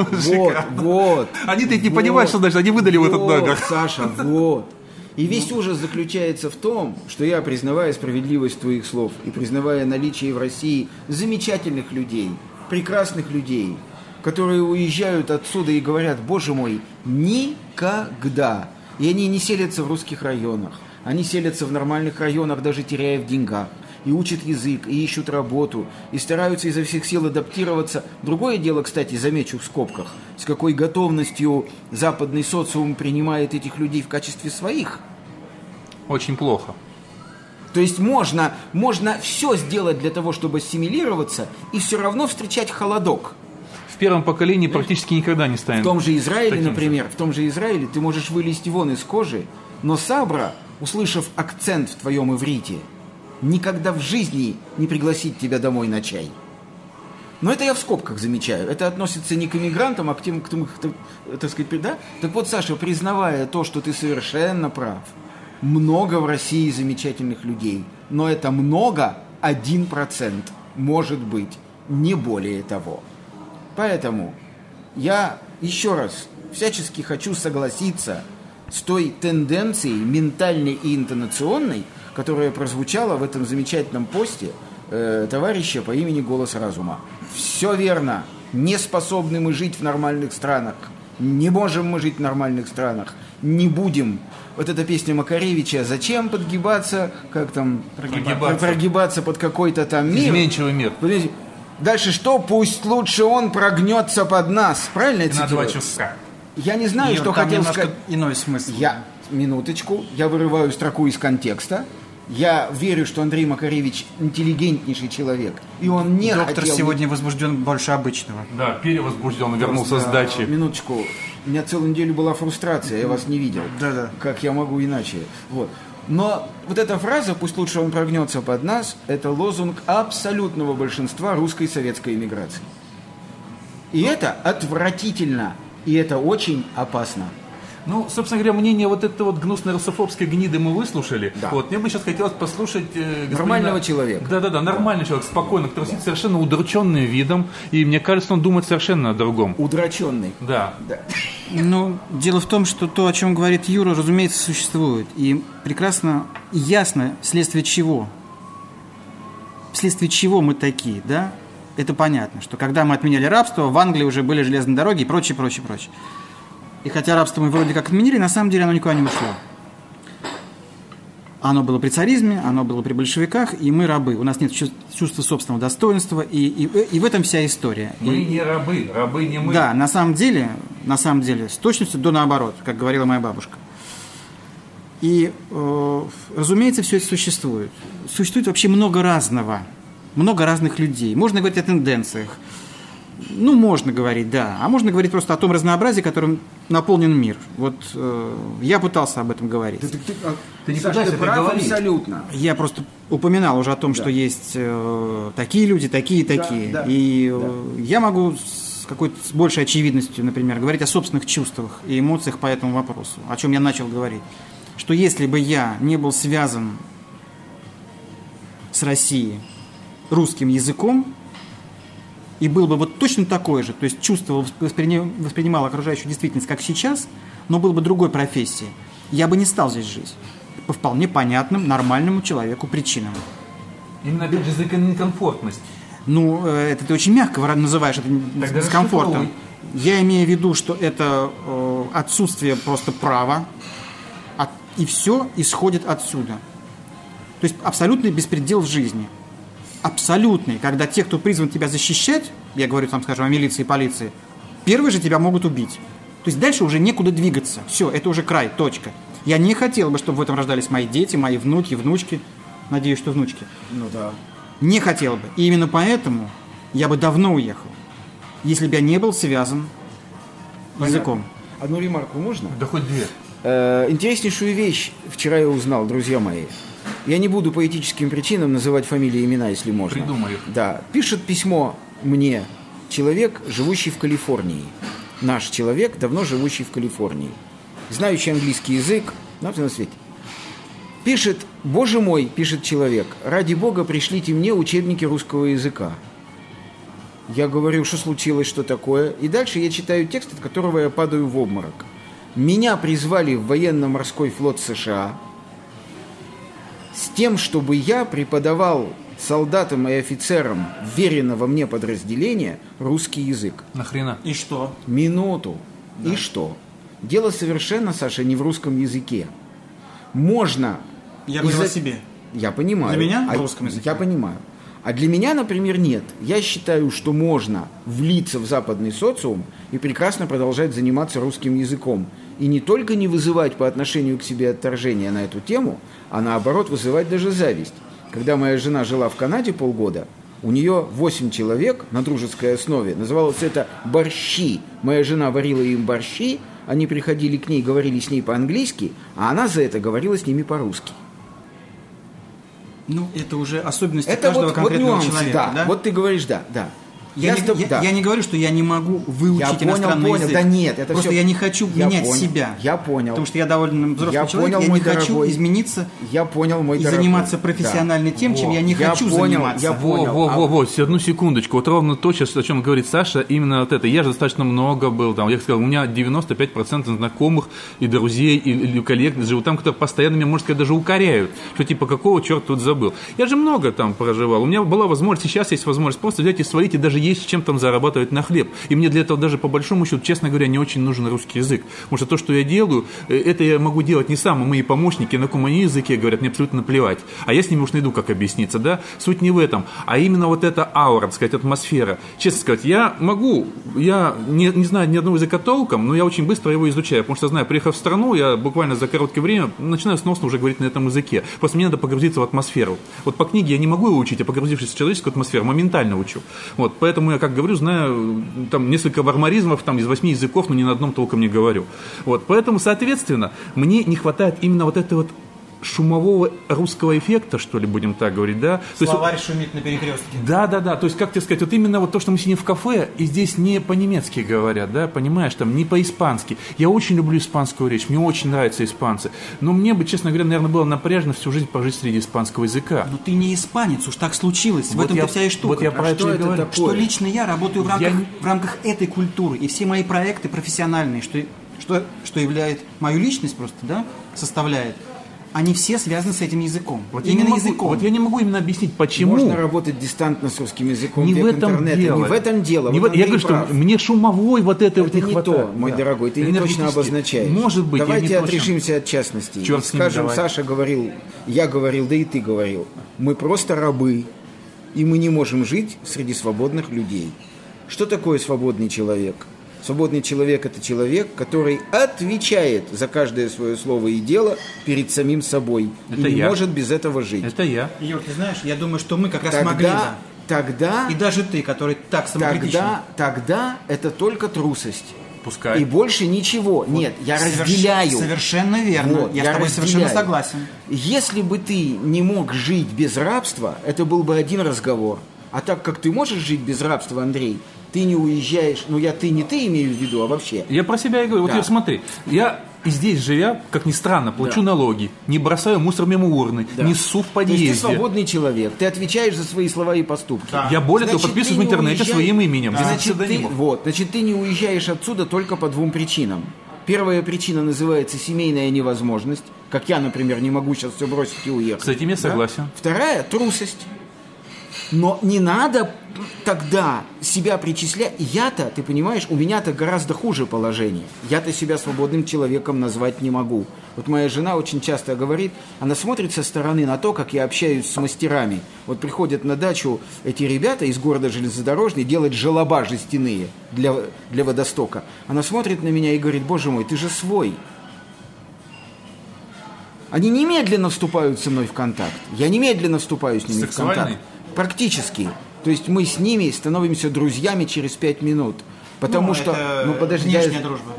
Вот. Они-то не понимают, что дальше, они выдали в этот номер. Саша, вот. И весь ужас заключается в том, что я, признавая справедливость твоих слов и признавая наличие в России замечательных людей, прекрасных людей, которые уезжают отсюда и говорят, боже мой, никогда. И они не селятся в русских районах, они селятся в нормальных районах, даже теряя в деньгах. И учат язык, и ищут работу, и стараются изо всех сил адаптироваться. Другое дело, кстати, замечу в скобках, с какой готовностью западный социум принимает этих людей в качестве своих. Очень плохо. То есть можно все сделать для того, чтобы ассимилироваться, и все равно встречать холодок. В первом поколении практически никогда не станет. В том же Израиле, таким например, же. в том же Израиле ты можешь вылезти вон из кожи, но сабра, услышав акцент в твоем иврите, никогда в жизни не пригласить тебя домой на чай. Но это я в скобках замечаю. Это относится не к иммигрантам, а к тем, кто, так сказать, да? Так вот, Саша, признавая то, что ты совершенно прав, много в России замечательных людей, но это много 1%, может быть, не более того. Поэтому я еще раз всячески хочу согласиться с той тенденцией ментальной и интонационной, которая прозвучала в этом замечательном посте товарища по имени «Голос разума». Все верно. Не способны мы жить в нормальных странах. Не можем мы жить в нормальных странах. Не будем. Вот эта песня Макаревича «Зачем подгибаться?» Как там? Прогибаться под какой-то там мир. Изменчивый мир. Подождите. Дальше что? Пусть лучше он прогнется под нас. Правильно я цитирую? На 2 часа. Я не знаю, Нет, что там хотел сказать. Иной смысл. Минуточку. Я вырываю строку из контекста. Я верю, что Андрей Макаревич интеллигентнейший человек. И он не Доктор хотел... сегодня возбужден больше обычного. Да, перевозбужден, вернулся с дачи. Минуточку. У меня целую неделю была фрустрация, я вас не видел. Да-да. Как я могу иначе? Вот. Но вот эта фраза, пусть лучше он прогнется под нас, это лозунг абсолютного большинства русской советской эмиграции. И это отвратительно, и это очень опасно. Ну, собственно говоря, мнение вот этой вот гнусной русофобской гниды мы выслушали. Да. Вот, мне бы сейчас хотелось послушать... Нормального человека. Да-да-да, нормальный человек, спокойно, который сидит совершенно удрученный видом, и мне кажется, он думает совершенно о другом. Удрученный. Да. Ну, дело в том, что то, о чем говорит Юра, разумеется, существует. И прекрасно и ясно, вследствие чего мы такие, да? Это понятно, что когда мы отменяли рабство, в Англии уже были железные дороги и прочее, прочее, прочее. И хотя рабство мы вроде как отменили, на самом деле оно никуда не ушло. Оно было при царизме, оно было при большевиках, и мы рабы. У нас нет чувства собственного достоинства, и в этом вся история. Мы не рабы, рабы не мы. Да, на самом деле, с точностью до наоборот, как говорила моя бабушка. И, разумеется, все это существует. Существует вообще много разного, много разных людей. Можно говорить о тенденциях. Ну, можно говорить, да. А можно говорить просто о том разнообразии, которым наполнен мир. Вот я пытался об этом говорить. Ты не Саша, пытайся, ты прав говори. абсолютно. Я просто упоминал уже о том, что есть такие люди, такие. Да. И я могу с с большей очевидностью, например, говорить о собственных чувствах и эмоциях по этому вопросу, о чем я начал говорить. Что если бы я не был связан с Россией русским языком, и был бы вот точно такой же, то есть чувствовал, воспринимал окружающую действительность, как сейчас, но был бы другой профессией, я бы не стал здесь жить. По вполне понятным, нормальному человеку причинам. Именно, опять же, за некомфортность. Ну, это ты очень мягко называешь это дискомфортом. Я имею в виду, что это отсутствие просто права, и все исходит отсюда. То есть абсолютный беспредел в жизни. Абсолютный, когда те, кто призван тебя защищать, я говорю, там, скажем, о милиции и полиции, первые же тебя могут убить. То есть дальше уже некуда двигаться. Все, это уже край, точка. Я не хотел бы, чтобы в этом рождались мои дети, мои внуки, внучки. Надеюсь, что внучки. Ну да. Не хотел бы. И именно поэтому я бы давно уехал, если бы я не был связан языком. Одну ремарку можно? Да хоть две. Интереснейшую вещь вчера я узнал, друзья мои. Я не буду по этическим причинам называть фамилии и имена, если можно. Придумай их. Да. Пишет письмо мне человек, живущий в Калифорнии. Наш человек, давно живущий в Калифорнии. Знающий английский язык на всем свете. Пишет: «Боже мой, — пишет человек, — ради Бога пришлите мне учебники русского языка». Я говорю: что случилось, что такое? И дальше я читаю текст, от которого я падаю в обморок. Меня призвали в военно-морской флот США с тем, чтобы я преподавал солдатам и офицерам веренного мне подразделения русский язык. Нахрена? И что? Минуту. Да. И что? Дело совершенно, Саша, не в русском языке. Можно... Я говорю о себе. Я понимаю. Для меня в русском языке? Я понимаю. А для меня, например, нет. Я считаю, что можно влиться в западный социум и прекрасно продолжать заниматься русским языком. И не только не вызывать по отношению к себе отторжение на эту тему, а наоборот вызывать даже зависть. Когда моя жена жила в Канаде полгода, у нее 8 человек на дружеской основе. Называлось это борщи. Моя жена варила им борщи, они приходили к ней, говорили с ней по-английски, а она за это говорила с ними по-русски. Ну, это уже особенности это каждого вот конкретного нюансы, человека, да? Вот ты говоришь, да. Я не говорю, что я не могу выучить иностранный язык. Да нет, это просто все... я не хочу менять себя. Я понял. Потому что я довольно взрослый человек, понял, я не хочу дорогой. Измениться я понял, мой и дорогой. заниматься профессионально тем, чем я не хочу заниматься. Я понял. Вот, одну секундочку. Вот ровно то, сейчас, о чем говорит Саша, именно вот это. Я же достаточно много был там. Я сказал, у меня 95% знакомых и друзей, и коллег живут там, кто постоянно меня, можно сказать, даже укоряют. Что типа, какого черта тут забыл? Я же много там проживал. У меня была возможность, сейчас есть возможность просто взять и свалить, и даже есть чем там зарабатывать на хлеб. И мне для этого даже по большому счету, честно говоря, не очень нужен русский язык. Потому что то, что я делаю, это я могу делать не сам, а мои помощники на каком они языке говорят, мне абсолютно наплевать. А я с ними уж найду, как объясниться, да? Суть не в этом, а именно вот эта аура, так сказать, атмосфера. Честно сказать, я не знаю ни одного языка толком, но я очень быстро его изучаю, потому что, знаю, приехав в страну, я буквально за короткое время начинаю сносно уже говорить на этом языке. Просто мне надо погрузиться в атмосферу. Вот по книге я не могу его учить, а погрузившись в человеческую атмосферу, моментально учу. Вот, поэтому я, как говорю, знаю там несколько варваризмов там, из 8 языков, но ни на одном толком не говорю. Вот, поэтому, соответственно, мне не хватает именно вот этой вот шумового русского эффекта, что ли, будем так говорить, да? То есть, Словарь шумит на перекрестке. да. То есть, как тебе сказать, вот именно вот то, что мы сидим в кафе, и здесь не по-немецки говорят, да, понимаешь, там не по-испански. Я очень люблю испанскую речь, мне очень нравятся испанцы. Но мне бы, честно говоря, наверное, было напряжно всю жизнь пожить среди испанского языка. Но ты не испанец, уж так случилось. В Вот этом-то я- вся и штука. вот я про это что и это говорю. такое? Что лично я работаю Я в рамках этой культуры. И все мои проекты профессиональные, что является мою личность просто, да, составляет, они все связаны с этим языком. Вот Именно языком. Вот я не могу именно объяснить, Можно почему. работать дистантно с русским языком, Не век в этом интернета. дело. Не в этом дело. Не Вот в- Я Андрей говорю, что прав. мне шумовой вот это вот Это не не хватает. то, мой Да. дорогой, ты не точно Энергетически. обозначаешь. Может быть, я Давайте не точно. отрешимся от частностей. Черт с ними, Скажем, давай. Саша говорил, я говорил, да и ты говорил. Мы просто рабы, и мы не можем жить среди свободных людей. Что такое свободный человек? Свободный человек – это человек, который отвечает за каждое свое слово и дело перед самим собой. Это и не я. может без этого жить. Это я. Юр, ты знаешь, я думаю, что мы как раз могли бы. Тогда И даже ты, который так самокритичен. тогда это только трусость. Пускай. И больше ничего. Нет, я разделяю. Совершенно верно. Вот, я с тобой совершенно разделяю. согласен. Если бы ты не мог жить без рабства, это был бы один разговор. А так как ты можешь жить без рабства, Андрей, ты не уезжаешь, ты не ты имею в виду, а вообще. Я про себя и говорю. Вот Да. я смотри, я и здесь живя, как ни странно, плачу налоги, не бросаю мусор мимо урны, Да. не ссу в То есть ты подъезде. свободный человек, ты отвечаешь за свои слова и поступки. Я более того Значит, подписываюсь в ты не интернете уезжаешь- своим именем. без Значит, псевдонимов. значит, ты не уезжаешь отсюда только по двум причинам. Первая причина называется семейная невозможность, как я, например, не могу сейчас все бросить и уехать. С этим я Да? согласен. Вторая – трусость. Но не надо тогда себя причислять. Я-то, ты понимаешь, у меня-то гораздо хуже положение. Я-то себя свободным человеком назвать не могу. Вот моя жена очень часто говорит, она смотрит со стороны на то, как я общаюсь с мастерами. Вот приходят на дачу эти ребята из города Железнодорожный делать желоба жестяные для водостока. Она смотрит на меня и говорит: боже мой, ты же свой. Они немедленно вступают со мной в контакт. Я немедленно вступаю с ними Сексуальный? в контакт. Практически. То есть мы с ними становимся друзьями через 5 минут. Потому что... это подожди. внешняя дружба.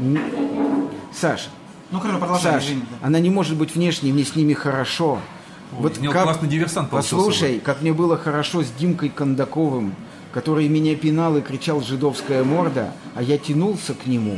Саш, Ну, хорошо, продолжай, Саш, извини. Да. она не может быть внешней, мне с ними хорошо. из него классный диверсант получился Послушай, как мне было хорошо с Димкой Кондаковым, который меня пинал и кричал «жидовская морда», а я тянулся к нему.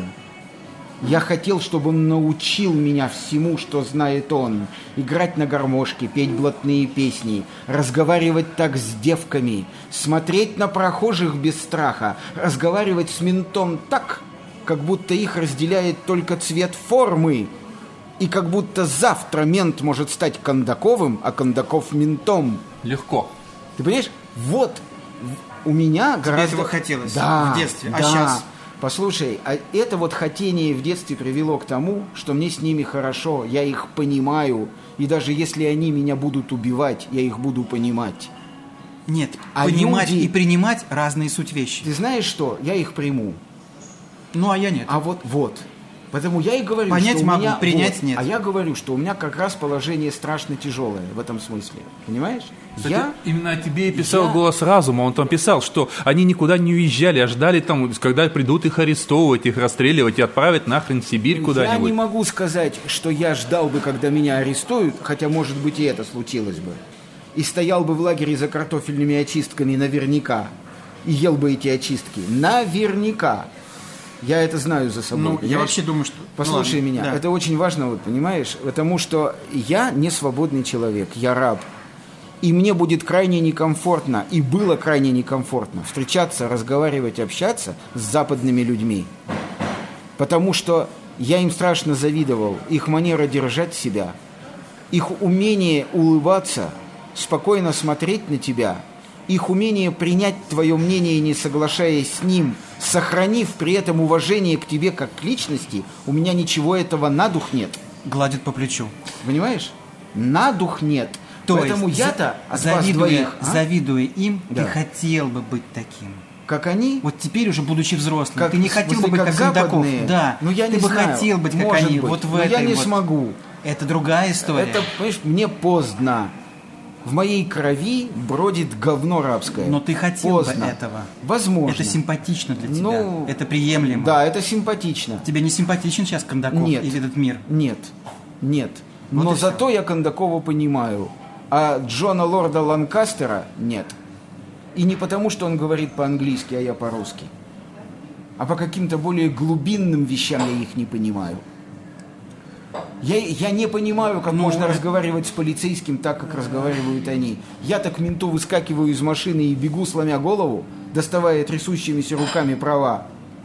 Я хотел, чтобы он научил меня всему, что знает он. Играть на гармошке, петь блатные песни, разговаривать так с девками, смотреть на прохожих без страха, разговаривать с ментом так, как будто их разделяет только цвет формы. И как будто завтра мент может стать Кондаковым, а Кондаков ментом. Легко. Ты понимаешь? Вот у меня гораздо... этого хотелось Да, в детстве, а да. щас? Послушай, а это вот хотение в детстве привело к тому, что мне с ними хорошо, я их понимаю, и даже если они меня будут убивать, я их буду понимать. Нет, А понимать люди- и принимать разные суть вещи. Ты знаешь что? Я их приму. Ну, а я нет. А вот. Поэтому я и говорю, Понять что у могу, меня... принять нет. А я говорю, что у меня как раз положение страшно тяжелое в этом смысле. Понимаешь? Кстати, Я... именно о тебе и писал Я- «Голос разума». Он там писал, что они никуда не уезжали, а ждали там, когда придут их арестовывать, их расстреливать и отправить нахрен в Сибирь Я куда-нибудь. не могу сказать, что я ждал бы, когда меня арестуют, хотя, может быть, и это случилось бы. И стоял бы в лагере за картофельными очистками наверняка. И ел бы эти очистки. Наверняка. Я это знаю за собой. Ну, я понимаешь? вообще думаю, что... Послушай ну, ладно, меня, да. это очень важно, вот, понимаешь? Потому что я не свободный человек, я раб. И мне будет крайне некомфортно, и было крайне некомфортно встречаться, разговаривать, общаться с западными людьми. Потому что я им страшно завидовал. Их манера держать себя, их умение улыбаться, спокойно смотреть на тебя, их умение принять твое мнение, не соглашаясь с ним, сохранив при этом уважение к тебе как к личности, у меня ничего этого на дух нет. Гладит по плечу. Понимаешь? На дух нет. То Поэтому есть, я-то от вас двоих, завидуя им, Да. ты хотел бы быть таким. как они, Вот теперь уже будучи взрослым, как, ты не в хотел бы смысле, быть как как Кондаков. западные. Да, Ну, я ты не бы знаю. хотел быть как Может они. быть. Вот в Но этой я не вот. смогу. Это другая история. Это, понимаешь, мне поздно. В моей крови бродит говно рабское. Но ты хотел бы Поздно. этого. Возможно. Это симпатично для тебя. Ну, это приемлемо. Да, это симпатично. Тебе не симпатичен сейчас Кондаков Нет. или этот мир? Нет, нет. Но Вот и зато я Кондакова понимаю, а Джона Лорда Ланкастера нет. И не потому, что он говорит по-английски, а я по-русски. А по каким-то более глубинным вещам я их не понимаю. Я не понимаю, как можно разговаривать с полицейским так, как разговаривают они. Я так к менту выскакиваю из машины и бегу, сломя голову, доставая трясущимися руками права.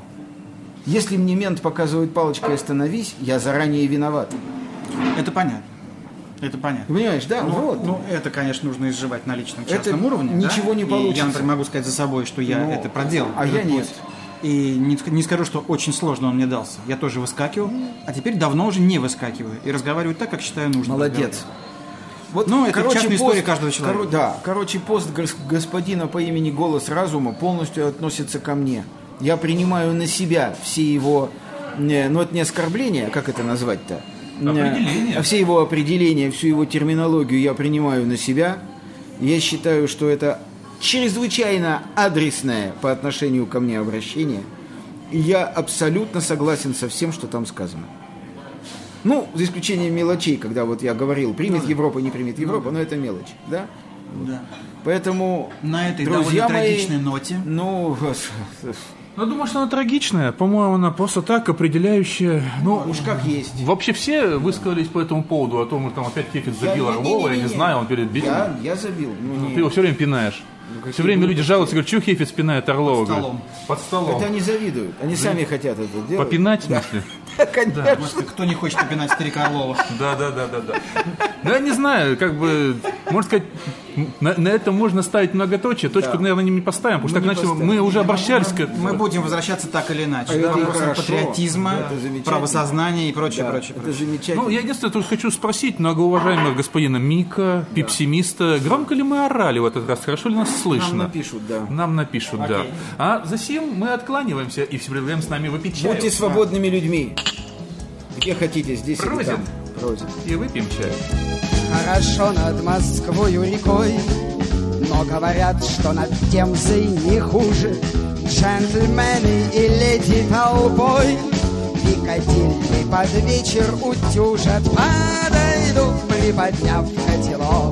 Если мне мент показывает палочкой «остановись», я заранее виноват. Это понятно. Это понятно. Понимаешь, да? Вот. Ну, это, конечно, нужно изживать на личном частном уровне. ничего да? не И получится. я, например, могу сказать за собой, что я это проделал. А я нет. И не скажу, что очень сложно он мне дался. Я тоже выскакивал, а теперь давно уже не выскакиваю. И разговариваю так, как считаю нужным. Молодец. Вот, Ну, это частная история каждого человека. Короче, пост господина по имени Голос Разума полностью относится ко мне. Я принимаю на себя все его, ну это не оскорбление, как это назвать-то? Определение. Все его определения, всю его терминологию я принимаю на себя. Я считаю, что это чрезвычайно адресное по отношению ко мне обращение. И я абсолютно согласен со всем, что там сказано. Ну, за исключением мелочей, когда вот я говорил, примет Европа, не примет Европа, но это мелочь, да? Да. Поэтому, На этой друзья довольно мои, трагичной ноте. ну, Ну, думаю, что она трагичная. По-моему, она просто так определяющая. Ну, уж как есть. вообще все высказались по этому поводу, о том, что там опять Хефиц забил Орлова, я не знаю, он перед битвой. Я забил. Ну, Ты его все время пинаешь. Все время люди жалуются, говорят, что Хефиц пинает Орлова? Под Говорят, под столом. Это они завидуют. Они сами хотят это делать. Попинать, в смысле? Конечно. Может, кто не хочет попинать старика Орлова? Да. Ну, я не знаю, как бы, можно сказать, на этом можно ставить многоточие. Точку, наверное, не поставим, потому что так не иначе поставим. мы уже обращались к Мы будем возвращаться так или иначе. Это К вопросам хорошо. патриотизма, Да, это замечательно. правосознания и прочее, Да, прочее, это прочее. замечательно. Ну, я единственное, тут хочу спросить многоуважаемого господина Мика, пепсимиста, громко ли мы орали в этот раз, хорошо ли нас слышно? Нам напишут, да. Нам напишут, да. А затем мы откланиваемся и все предлагаем с нами выпить чаю. Будьте свободными людьми. Где хотите, здесь или Просит. там. Просит. И выпьем чай. Хорошо над Москвою рекой, но говорят, что над Темзой не хуже. Джентльмены и леди толпой Пикадилли под вечер утюжат. Подойдут, приподняв котелок.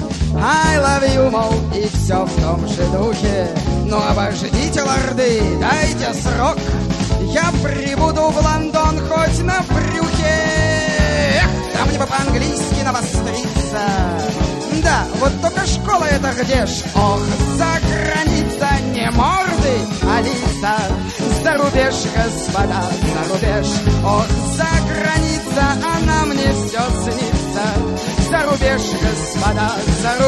I love you, мол, и все в том же духе. Ну обождите, лорды, дайте срок. Я прибуду в Лондон хоть на брюхе. Эх, там мне бы по-английски навостриться. Да, вот только школа это где ж? Ох, за граница, не морды, а лица. За рубеж, господа, за рубеж. Ох, за граница, она мне все снится. За рубеж, господа, за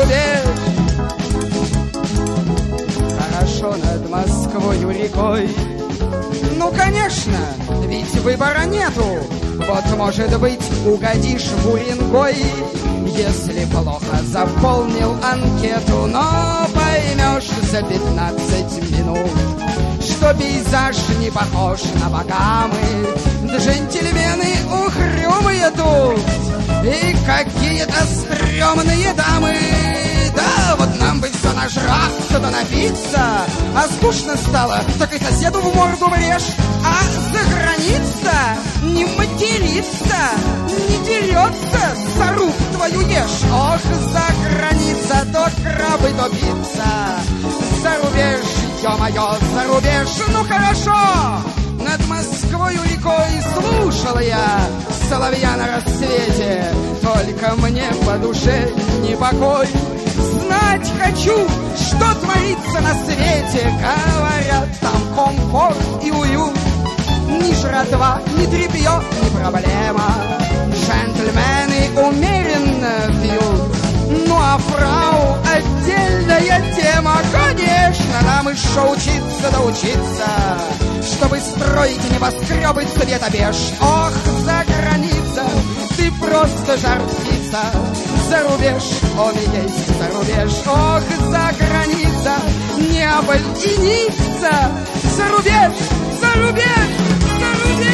рубеж. Хорошо над Москвою рекой. Ну, конечно, ведь выбора нету. Вот, может быть, угодишь в Уренгой, если плохо заполнил анкету. Но поймешь за 15 минут, что пейзаж не похож на Багамы. Джентльмены ухрюмые тут и какие-то стрёмные дамы. Да, вот нам бы все нажраться да напиться, а скучно стало, так и соседу в морду врежь. А за граница не матерится, не дерется, сору твою ешь. Ох, за граница то крабы, то пицца. За рубеж, ё-моё, за рубеж, ну хорошо. Над Москвою рекой слушал я соловья на рассвете. Только мне по душе непокой. Знать хочу, что творится на свете. Говорят, там комфорт и уют. Ни жратва, ни тряпье, ни проблема. Джентльмены умеренно пьют. Ну а фрау отдельная тема. Конечно, нам еще учиться да учиться, чтобы строить небоскребы цвета беж. Ох, за граница, ты просто жар птица. За рубеж, он и есть за рубеж. Ох, за граница, Неаполь и Ницца. За рубеж, за рубеж, за рубеж.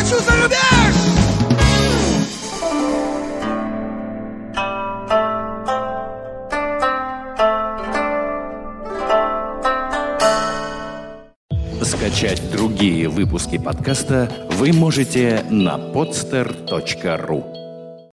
хочу за рубеж! Скачать другие выпуски подкаста вы можете на podster.ru.